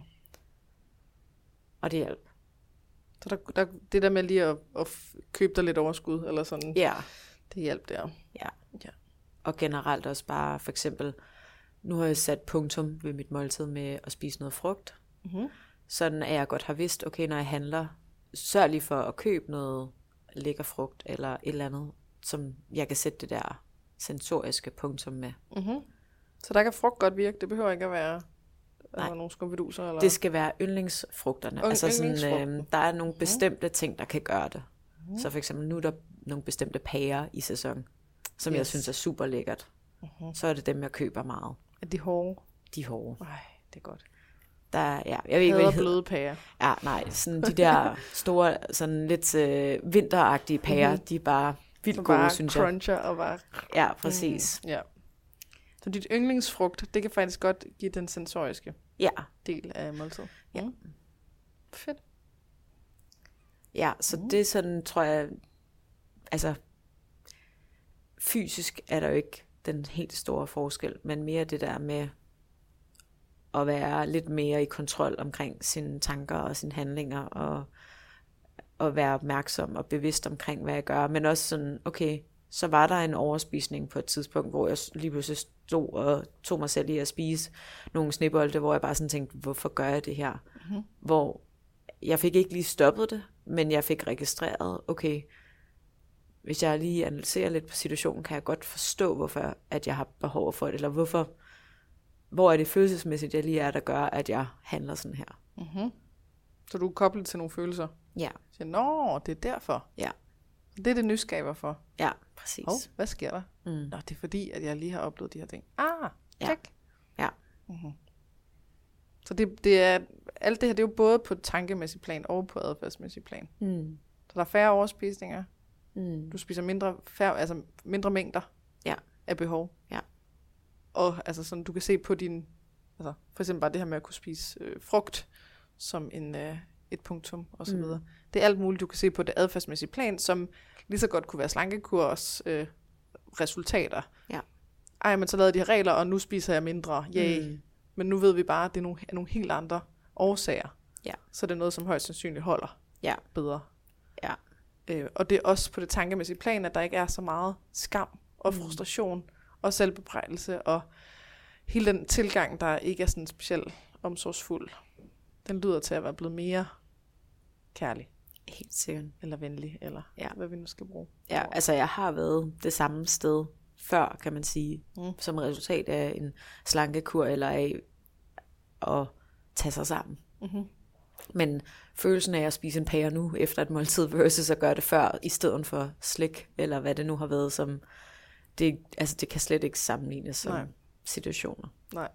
Og det hjalp. Så det der med lige at købe dig lidt overskud, eller sådan, Ja. det hjalp der. Ja. Og generelt også bare, for eksempel, nu har jeg sat punktum ved mit måltid med at spise noget frugt. Sådan at jeg godt har vidst, okay, når jeg handler, sørg lige for at købe noget lækker frugt, eller et eller andet, som jeg kan sætte det der sensoriske punktum med. Så der kan frugt godt virke, det behøver ikke at være nogle skumpeduser? Eller? Det skal være yndlingsfrugterne. Altså sådan, der er nogle bestemte ting, der kan gøre det. Så for eksempel, nu er der nogle bestemte pærer i sæson, som jeg synes er super lækkert. Så er det dem, jeg køber meget. Er de hårde? De hårde. Nej, det er godt. Der, jeg ved ikke, hvad de bløde pærer. Ja, nej, sådan de der store, sådan lidt vinteragtige pærer, de er bare vildt gode, synes jeg. Bare cruncher og bare... Ja, præcis. Ja. Så dit yndlingsfrugt, det kan faktisk godt give den sensoriske del af måltid. Ja. Fedt. Ja, så det er sådan, tror jeg, altså fysisk er der jo ikke den helt store forskel, men mere det der med at være lidt mere i kontrol omkring sine tanker og sine handlinger, og være opmærksom og bevidst omkring, hvad jeg gør, men også sådan, okay, så var der en overspisning på et tidspunkt, hvor jeg lige pludselig stod og tog mig selv i at spise nogle snebolde, hvor jeg bare sådan tænkte, hvorfor gør jeg det her? Mm-hmm. Hvor jeg fik ikke lige stoppet det, men jeg fik registreret, okay, hvis jeg lige analyserer lidt på situationen, kan jeg godt forstå, hvorfor at jeg har behov for det, eller hvor er det følelsesmæssigt, jeg lige er, der gør, at jeg handler sådan her. Mm-hmm. Så du er koblet til nogle følelser? Ja. Så, nå, det er derfor? Ja. Det er det nysgerrige for? Ja, præcis. Hvad sker der? Nå, det er fordi, at jeg lige har oplevet de her ting. Tjek. Ja. Mm-hmm. Så det er, alt det her, det er jo både på tankemæssig plan og på adfærdsmæssig plan. Mm. Så der er færre overspisninger. Mm. Du spiser mindre mængder af behov. Ja. Og altså sådan, du kan se på din, altså for eksempel bare det her med at kunne spise frugt som et punktum og så videre. Det er alt muligt, du kan se på det adfærdsmæssige plan, som lige så godt kunne være slankekurs resultater. Ja. Ej, men så lavede de her regler, og nu spiser jeg mindre. Yay. Men nu ved vi bare, at det er nogle helt andre årsager. Ja. Så det er noget, som højst sandsynligt holder bedre. Ja. Og det er også på det tankemæssige plan, at der ikke er så meget skam og frustration og selvbebrejdelse og hele den tilgang, der ikke er sådan specielt omsorgsfuld. Den lyder til at være blevet mere kærlig. Helt sikkert. Eller venlig, eller hvad vi nu skal bruge. Ja, altså jeg har været det samme sted før, kan man sige, som resultat af en slankekur, eller af at tage sig sammen. Mm-hmm. Men følelsen af at spise en pære nu, efter et måltid, versus at gøre det før, i stedet for slik, eller hvad det nu har været, som det kan slet ikke sammenlignes som situationer. Nej.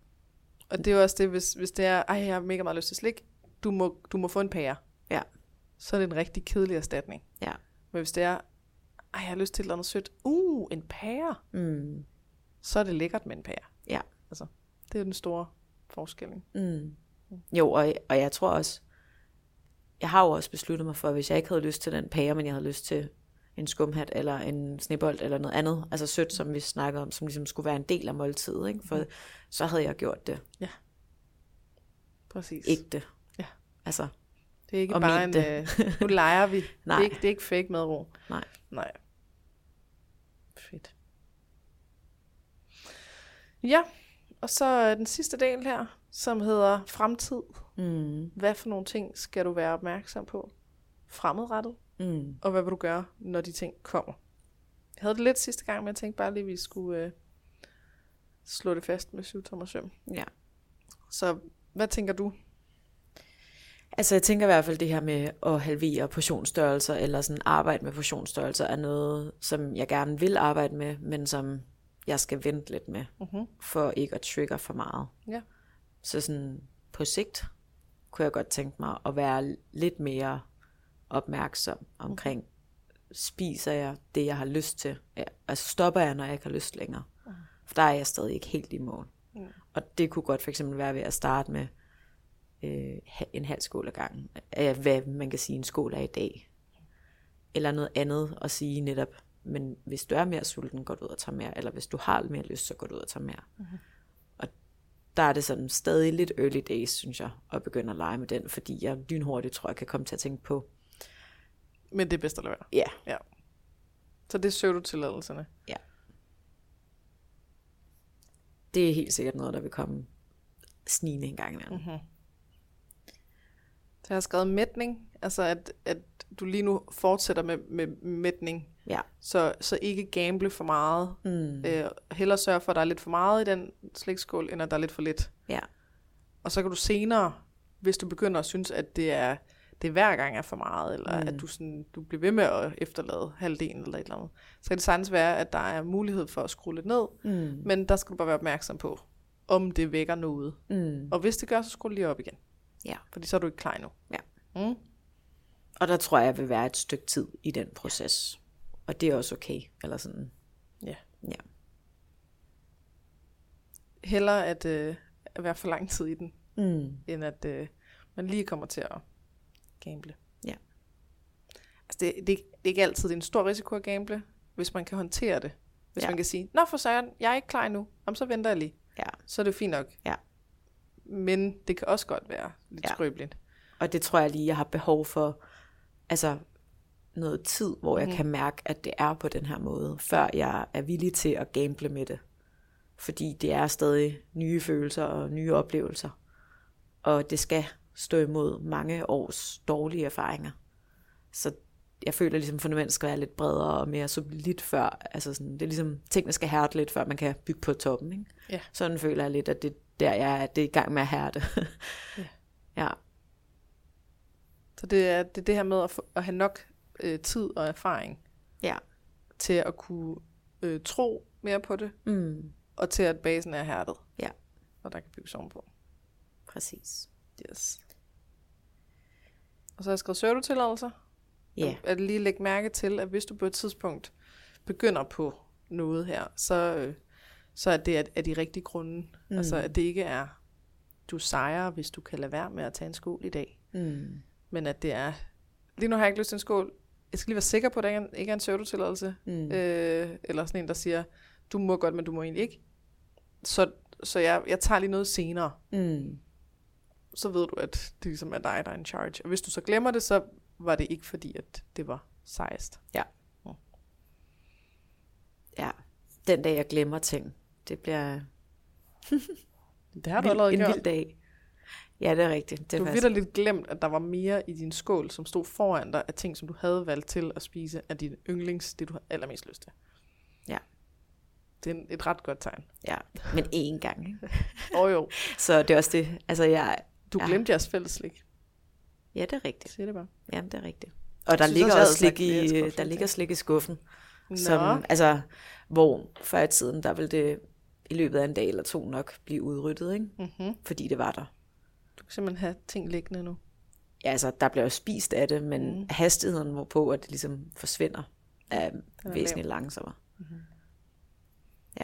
Og Mm. det er jo også det, hvis det er, jeg har mega meget lyst til slik, du må få en pære. Ja. Så er det en rigtig kedelig erstatning. Ja. Men hvis det er, jeg har lyst til et eller andet sødt, en pære, så er det lækkert med en pære. Ja. Altså, det er jo den store forskel. Jo, og jeg tror også, jeg har jo også besluttet mig for, hvis jeg ikke havde lyst til den pære, men jeg havde lyst til en skumhat, eller en snebold, eller noget andet, altså sødt, som vi snakkede om, som ligesom skulle være en del af måltidet, ikke? For så havde jeg gjort det. Ja. Præcis. Ægte. Ja. Altså. Det er ikke bare nu leger vi. Nej. Det er ikke fake madro. Nej. Fedt. Ja, og så den sidste del her, som hedder fremtid. Hvad for nogle ting skal du være opmærksom på fremadrettet? Og hvad vil du gøre, når de ting kommer? Jeg havde det lidt sidste gang, men jeg tænkte bare lige, at vi skulle slå det fast med 7-tommer søm. Ja. Så hvad tænker du? Altså jeg tænker i hvert fald det her med at halvere portionsstørrelser, eller sådan arbejde med portionsstørrelser, er noget, som jeg gerne vil arbejde med, men som jeg skal vente lidt med, for ikke at trigger for meget. Ja. Så sådan på sigt kunne jeg godt tænke mig at være lidt mere opmærksom omkring, spiser jeg det, jeg har lyst til? Altså stopper jeg, når jeg ikke har lyst længere? For der er jeg stadig ikke helt i mål. Og det kunne godt for eksempel være ved at starte med en halv skål ad gangen. Hvad man kan sige, en skål er i dag. Eller noget andet at sige netop, men hvis du er mere sulten, går du ud og tager mere. Eller hvis du har mere lyst, så går du ud og tager mere. Og der er det sådan stadig lidt early days, synes jeg, at begynde at lege med den, fordi jeg lynhurtigt tror, jeg kan komme til at tænke på. Men det er bedst at lade være. Ja. Så det søger du tilladelserne. Ja. Det er helt sikkert noget, der vil komme snigende en gang imellem. Så jeg har skrevet mætning, altså at du lige nu fortsætter med mætning. Ja. Så ikke gamble for meget. Hellere sørge for, at der er lidt for meget i den slikskål, end at der er lidt for lidt. Ja. Og så kan du senere, hvis du begynder at synes, at det hver gang er for meget, eller at du bliver ved med at efterlade halvdelen eller et eller andet, så kan det sagtens være, at der er mulighed for at skrue lidt ned, men der skal du bare være opmærksom på, om det vækker noget. Og hvis det gør, så skru lige op igen. Ja. Fordi så er du ikke klar endnu. Ja. Og der tror jeg vil være et stykke tid i den proces. Og det er også okay. Eller sådan. Ja. Hellere at være for lang tid i den, end at man lige kommer til at gamble. Ja. Altså det er ikke altid, det er en stor risiko at gamble, hvis man kan håndtere det. Hvis man kan sige, nå for søren, jeg er ikke klar endnu, så venter jeg lige. Ja. Så er det fint nok. Ja. Men det kan også godt være lidt skrøbeligt. Og det tror jeg lige, jeg har behov for, altså noget tid, hvor jeg kan mærke, at det er på den her måde, før jeg er villig til at gamble med det. Fordi det er stadig nye følelser og nye oplevelser. Og det skal stå imod mange års dårlige erfaringer. Så jeg føler ligesom, at fundamentet skal være lidt bredere og mere solidt før. Altså sådan, det er ligesom, tingene skal hærde lidt, før man kan bygge på toppen. Ikke? Ja. Sådan føler jeg lidt, at det der jeg er, det er i gang med at hærde. Ja. Så det er det her med at have nok tid og erfaring til at kunne tro mere på det, og til at basen er hærdet. Ja. Og der kan bygges ovenpå. Præcis. Yes. Og så har jeg skrevet søvntilladelser. Ja. At lige lægge mærke til, at hvis du på et tidspunkt begynder på noget her, så er det af de rigtige grunde. Altså at det ikke er, du sejrer, hvis du kan lade være med at tage en skål i dag. Men at det er, lige nu har jeg ikke lyst til en skål. Jeg skal lige være sikker på, at der ikke er en søvntilladelse. Eller sådan en, der siger, du må godt, men du må egentlig ikke. Så jeg tager lige noget senere. Så ved du, at det ligesom er dig, der er in charge. Og hvis du så glemmer det, så var det ikke fordi, at det var sejst. Ja. Ja. Den dag, jeg glemmer ting, det bliver det har du allerede en gjort. vild dag. Ja, det er rigtigt. Du har vitterligt glemt, at der var mere i din skål, som stod foran dig, af ting, som du havde valgt til at spise, af din yndlings, det du har allermest lyst til. Ja. Det er et ret godt tegn. Ja, men én gang, ikke? Jo. Så det er også det. Altså, du glemte jeres fælles slik. Ja, det er rigtigt. Siger det bare. Ja, det er rigtigt. Og der ligger også slik i skuffen. Som, altså, hvor før i tiden, der ville det i løbet af en dag eller to nok blive udryddet, ikke? Fordi det var der. Du kan simpelthen have ting liggende nu. Ja, altså, der bliver jo spist af det, men hastigheden hvorpå, at det ligesom forsvinder, er væsentligt langsommere. Ja.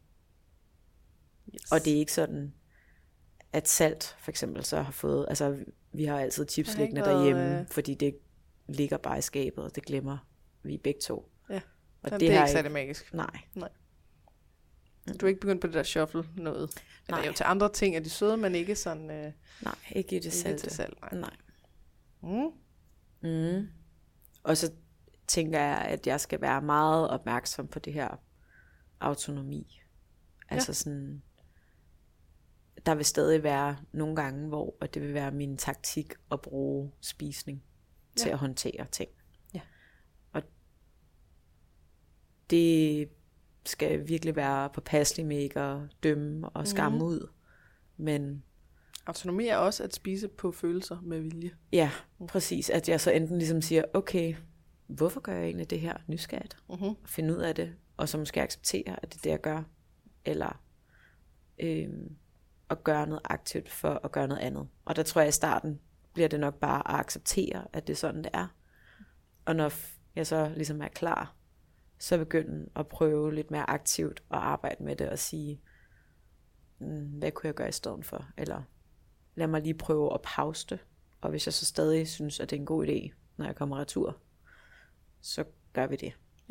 Yes. Og det er ikke sådan, at salt for eksempel så har fået, altså vi har altid chips liggende derhjemme, fordi det ligger bare i skabet, og det glemmer vi begge to. Ja, og det er ikke særlig magisk. Nej. Du er ikke begyndt på det der shuffle noget. Eller jo til andre ting er de søde, men ikke sådan... nej, ikke i det salte. Til salt, nej. Og så tænker jeg, at jeg skal være meget opmærksom på det her autonomi. Altså sådan, der vil stadig være nogle gange, hvor det vil være min taktik at bruge spisning til at håndtere ting. Ja. Og det skal virkelig være påpasselig med ikke at dømme og skamme ud. Men autonomi er også at spise på følelser med vilje. Ja, præcis. At jeg så enten ligesom siger, okay, hvorfor gør jeg egentlig det her nysgerrigt? Finde ud af det, og så måske acceptere, at det er det, jeg gør. Eller at gøre noget aktivt for at gøre noget andet. Og der tror jeg, i starten bliver det nok bare at acceptere, at det er sådan, det er. Og når jeg så ligesom er klar, så begynde at prøve lidt mere aktivt at arbejde med det og sige, hvad kunne jeg gøre i stedet for? Eller lad mig lige prøve at pause det. Og hvis jeg så stadig synes, at det er en god idé, når jeg kommer retur, så gør vi det. Ja.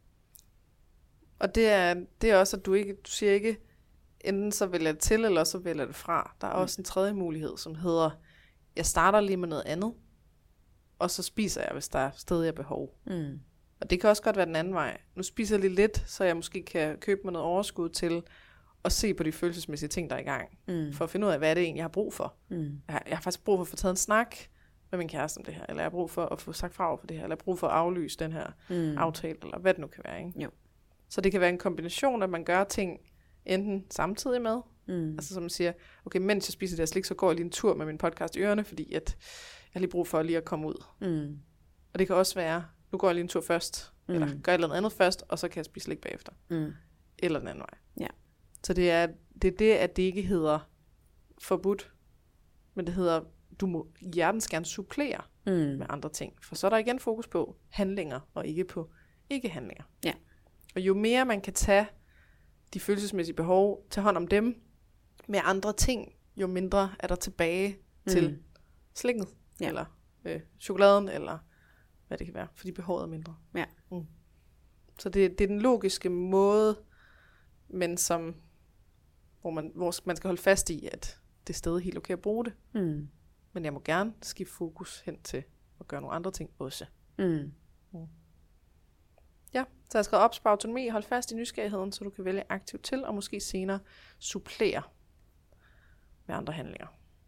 Og det er også, at du siger ikke, enten så vælger det til, eller så vælger det fra. Der er også en tredje mulighed, som hedder, jeg starter lige med noget andet, og så spiser jeg, hvis der er stadig er behov. Og det kan også godt være den anden vej. Nu spiser jeg lige lidt, så jeg måske kan købe mig noget overskud til at se på de følelsesmæssige ting, der er i gang. For at finde ud af, hvad er det egentlig, jeg har brug for. Jeg har faktisk brug for at få taget en snak med min kæreste om det her, eller jeg har brug for at få sagt fra over for det her, eller jeg har brug for at aflyse den her aftale, eller hvad det nu kan være. Ikke? Jo. Så det kan være en kombination, at man gør ting enten samtidig med, altså som man siger, okay, mens jeg spiser det her slik, så går jeg lige en tur med min podcast i ørerne, fordi at jeg har lige brug for lige at komme ud. Og det kan også være, nu går jeg lige en tur først, eller gør et eller andet først, og så kan jeg spise slik bagefter. Eller den anden vej. Ja. Så det er det, at det ikke hedder forbudt, men det hedder, du må hjertens gerne supplere med andre ting. For så er der igen fokus på handlinger, og ikke på ikke-handlinger. Ja. Og jo mere man kan tage de følelsesmæssige behov, tage hånd om dem med andre ting, jo mindre er der tilbage til slikket, eller chokoladen, eller hvad det kan være, fordi behovet er mindre. Ja. Så det er den logiske måde, men hvor man skal holde fast i, at det er stadig helt okay at bruge det. Men jeg må gerne skifte fokus hen til at gøre nogle andre ting også. Ja, så jeg skal opspare autonomi, hold fast i nysgerrigheden, så du kan vælge aktivt til, og måske senere supplere med andre handlinger.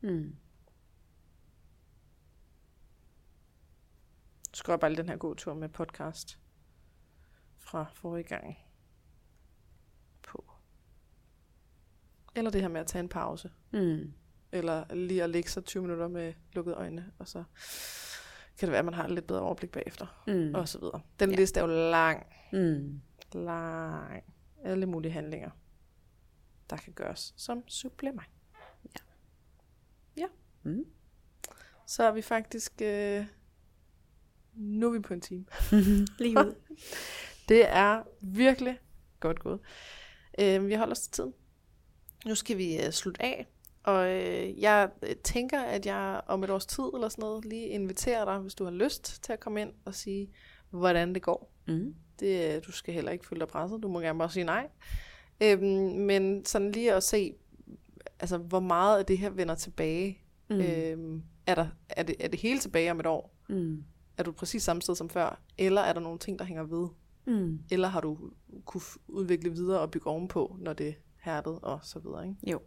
Så går jeg bare lige den her gåtur med podcast fra forrige gang på. Eller det her med at tage en pause. Eller lige at lægge sig 20 minutter med lukkede øjne, og så kan det være, at man har et lidt bedre overblik bagefter, og så videre. Den liste er jo lang. Lang. Alle mulige handlinger, der kan gøres som supplement. Ja. Så er vi faktisk... nu er vi på en time. Lige ud. Det er virkelig godt gået. Vi holder os til tiden. Nu skal vi slutte af. Og jeg tænker, at jeg om et års tid eller sådan noget lige inviterer dig, hvis du har lyst til at komme ind og sige, hvordan det går. Du skal heller ikke føle dig presset. Du må gerne bare sige nej. Men sådan lige at se, altså hvor meget af det her vender tilbage. Er det hele tilbage om et år? Er du præcis samme sted som før? Eller er der nogle ting, der hænger ved? Eller har du kunne udvikle videre og bygge ovenpå, når det er hærdet og så videre, ikke? Jo.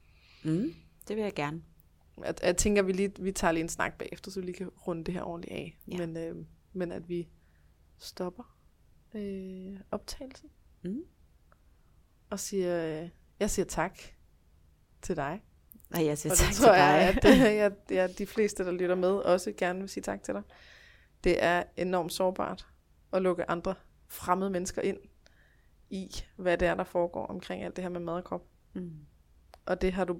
Det vil jeg gerne. Jeg tænker, vi tager lige en snak bagefter, så vi lige kan runde det her ordentligt af. Ja. Men at vi stopper optagelsen. Og jeg siger tak til dig. Og jeg siger og tak det til tror dig. jeg, at de fleste, der lytter med, også gerne vil sige tak til dig. Det er enormt sårbart at lukke andre fremmede mennesker ind i, hvad det er, der foregår omkring alt det her med mad og krop. Og det har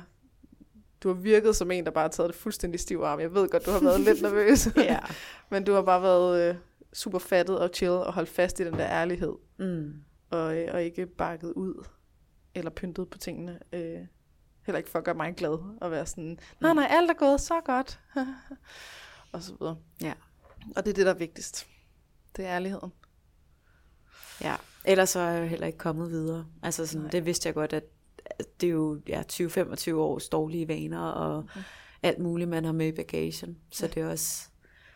du har virket som en, der bare har taget det fuldstændig stiv arm. Jeg ved godt, du har været lidt nervøs. Ja. Men du har bare været super fattet og chill og holdt fast i den der ærlighed. Og ikke bakket ud eller pyntet på tingene. Heller ikke for at gøre mig glad og være sådan, nej, alt er gået så godt. Og så videre. Ja. Og det er det, der er vigtigst. Det er ærligheden. Ja, ellers så er jeg jo heller ikke kommet videre. Altså sådan, det vidste jeg godt, at det er jo 20-25 års dårlige vaner og alt muligt, man har med i bagagen. Så det er også,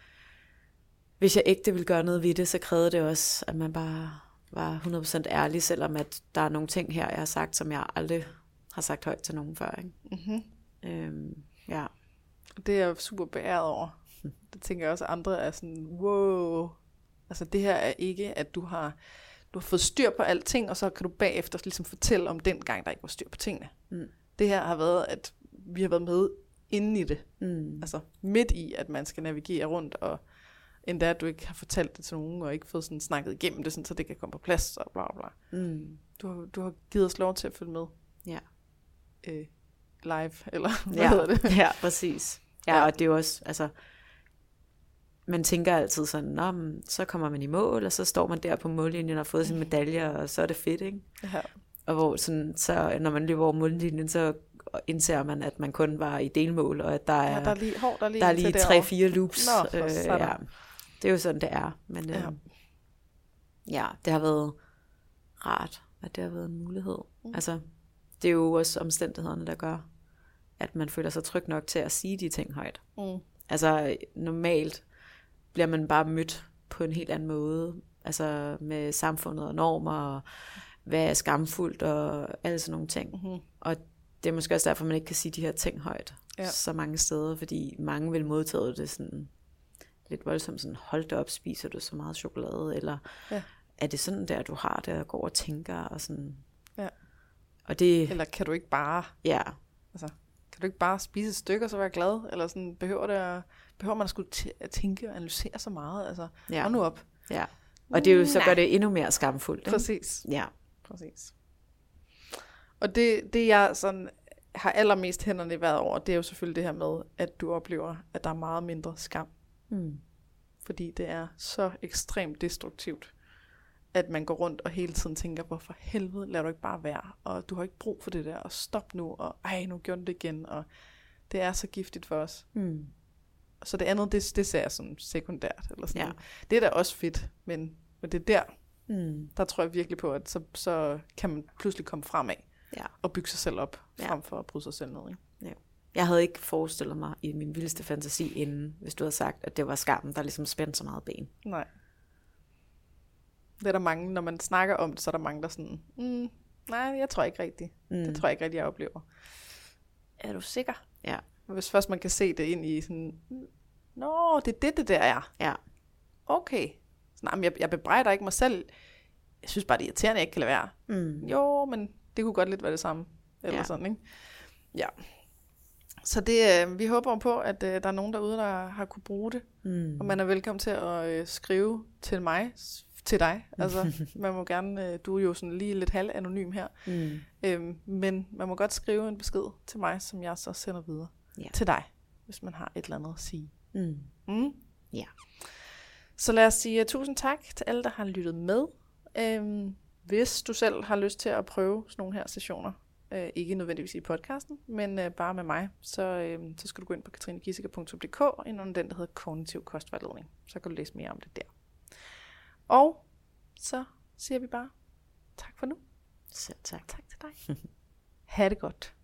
hvis jeg ægte ville gøre noget ved det, så krævede det også, at man bare var 100% ærlig, selvom at der er nogle ting her, jeg har sagt, som jeg aldrig har sagt højt til nogen før. Ikke? Ja. Det er jeg super beæret over. Det tænker jeg også, at andre er sådan, wow. Altså det her er ikke, at du har fået styr på alting, og så kan du bagefter ligesom fortælle om den gang, der ikke var styr på tingene. Det her har været, at vi har været med inde i det. Altså midt i, at man skal navigere rundt, og endda at du ikke har fortalt det til nogen, og ikke fået sådan snakket igennem det, sådan, så det kan komme på plads, og bla bla. Du har givet os lov til at følge med. Ja. Live, eller hvad hedder det? Ja, præcis. Ja, og det er jo også, altså, man tænker altid sådan, så kommer man i mål, og så står man der på mållinjen og har fået sin medalje, og så er det fedt, ikke? Ja. Og hvor sådan, så når man løber over mållinjen, så indser man, at man kun var i delmål, og at der er, der er lige 3-4 loops. Ja. Det er jo sådan, det er. Men det har været rart, at det har været en mulighed. Altså, det er jo også omstændighederne, der gør, at man føler sig tryg nok til at sige de ting højt. Altså, normalt bliver man bare mødt på en helt anden måde, altså med samfundet og normer, og hvad er skamfuldt, og alle sådan nogle ting. Og det er måske også derfor, man ikke kan sige de her ting højt, så mange steder, fordi mange vil modtage det sådan lidt voldsomt, sådan, hold da op, spiser du så meget chokolade, eller er det sådan der, du har det, og går og tænker, og sådan. Ja. Og det, eller kan du ikke bare, altså, kan du ikke bare spise et stykke, og så være glad, eller sådan, behøver man at skulle tænke og analysere så meget, altså, hold nu op. Ja, og det er jo, så gør det endnu mere skamfuldt. Ikke? Præcis. Ja. Præcis. Og det jeg sådan har allermest hænderne i vejret over, det er jo selvfølgelig det her med, at du oplever, at der er meget mindre skam. Fordi det er så ekstremt destruktivt, at man går rundt og hele tiden tænker, hvorfor helvede lader du ikke bare være, og du har ikke brug for det der, og stop nu, og nu gjorde det igen, og det er så giftigt for os. Så det andet, det ser jeg som sekundært, eller sådan. Ja. Det er da også fedt, men det er der, der tror jeg virkelig på, at så kan man pludselig komme fremad, og bygge sig selv op, frem for at bryde sig selv ned. Ikke? Ja. Jeg havde ikke forestillet mig i min vildeste fantasi inden, hvis du havde sagt, at det var skammen, der ligesom spændte så meget ben. Nej. Det er der mange, når man snakker om det, så er der mange, der sådan, nej, jeg tror ikke rigtigt. Det tror jeg ikke rigtigt, jeg oplever. Er du sikker? Ja. Hvis først man kan se det ind i sådan, nå, det er det der er. Ja. Okay. Så, nej, jeg bebrejder ikke mig selv. Jeg synes bare, det er irriterende, jeg ikke kan lade være. Jo, men det kunne godt lidt være det samme. Eller sådan, ikke? Ja. Så det, vi håber på, at der er nogen derude, der har kunne bruge det. Og man er velkommen til at skrive til mig, til dig. Altså, man må gerne, du er jo sådan lige lidt halv-anonym her. Men man må godt skrive en besked til mig, som jeg så sender videre til dig, hvis man har et eller andet at sige. Ja. Så lad os sige tusind tak til alle, der har lyttet med. Hvis du selv har lyst til at prøve sådan nogle her sessioner, ikke nødvendigvis i podcasten, men bare med mig, så skal du gå ind på katrinegiesiker.dk ind under den, der hedder Kognitiv Kostvejledning. Så kan du læse mere om det der. Og så siger vi bare tak for nu. Selv tak. Tak til dig. Ha' det godt.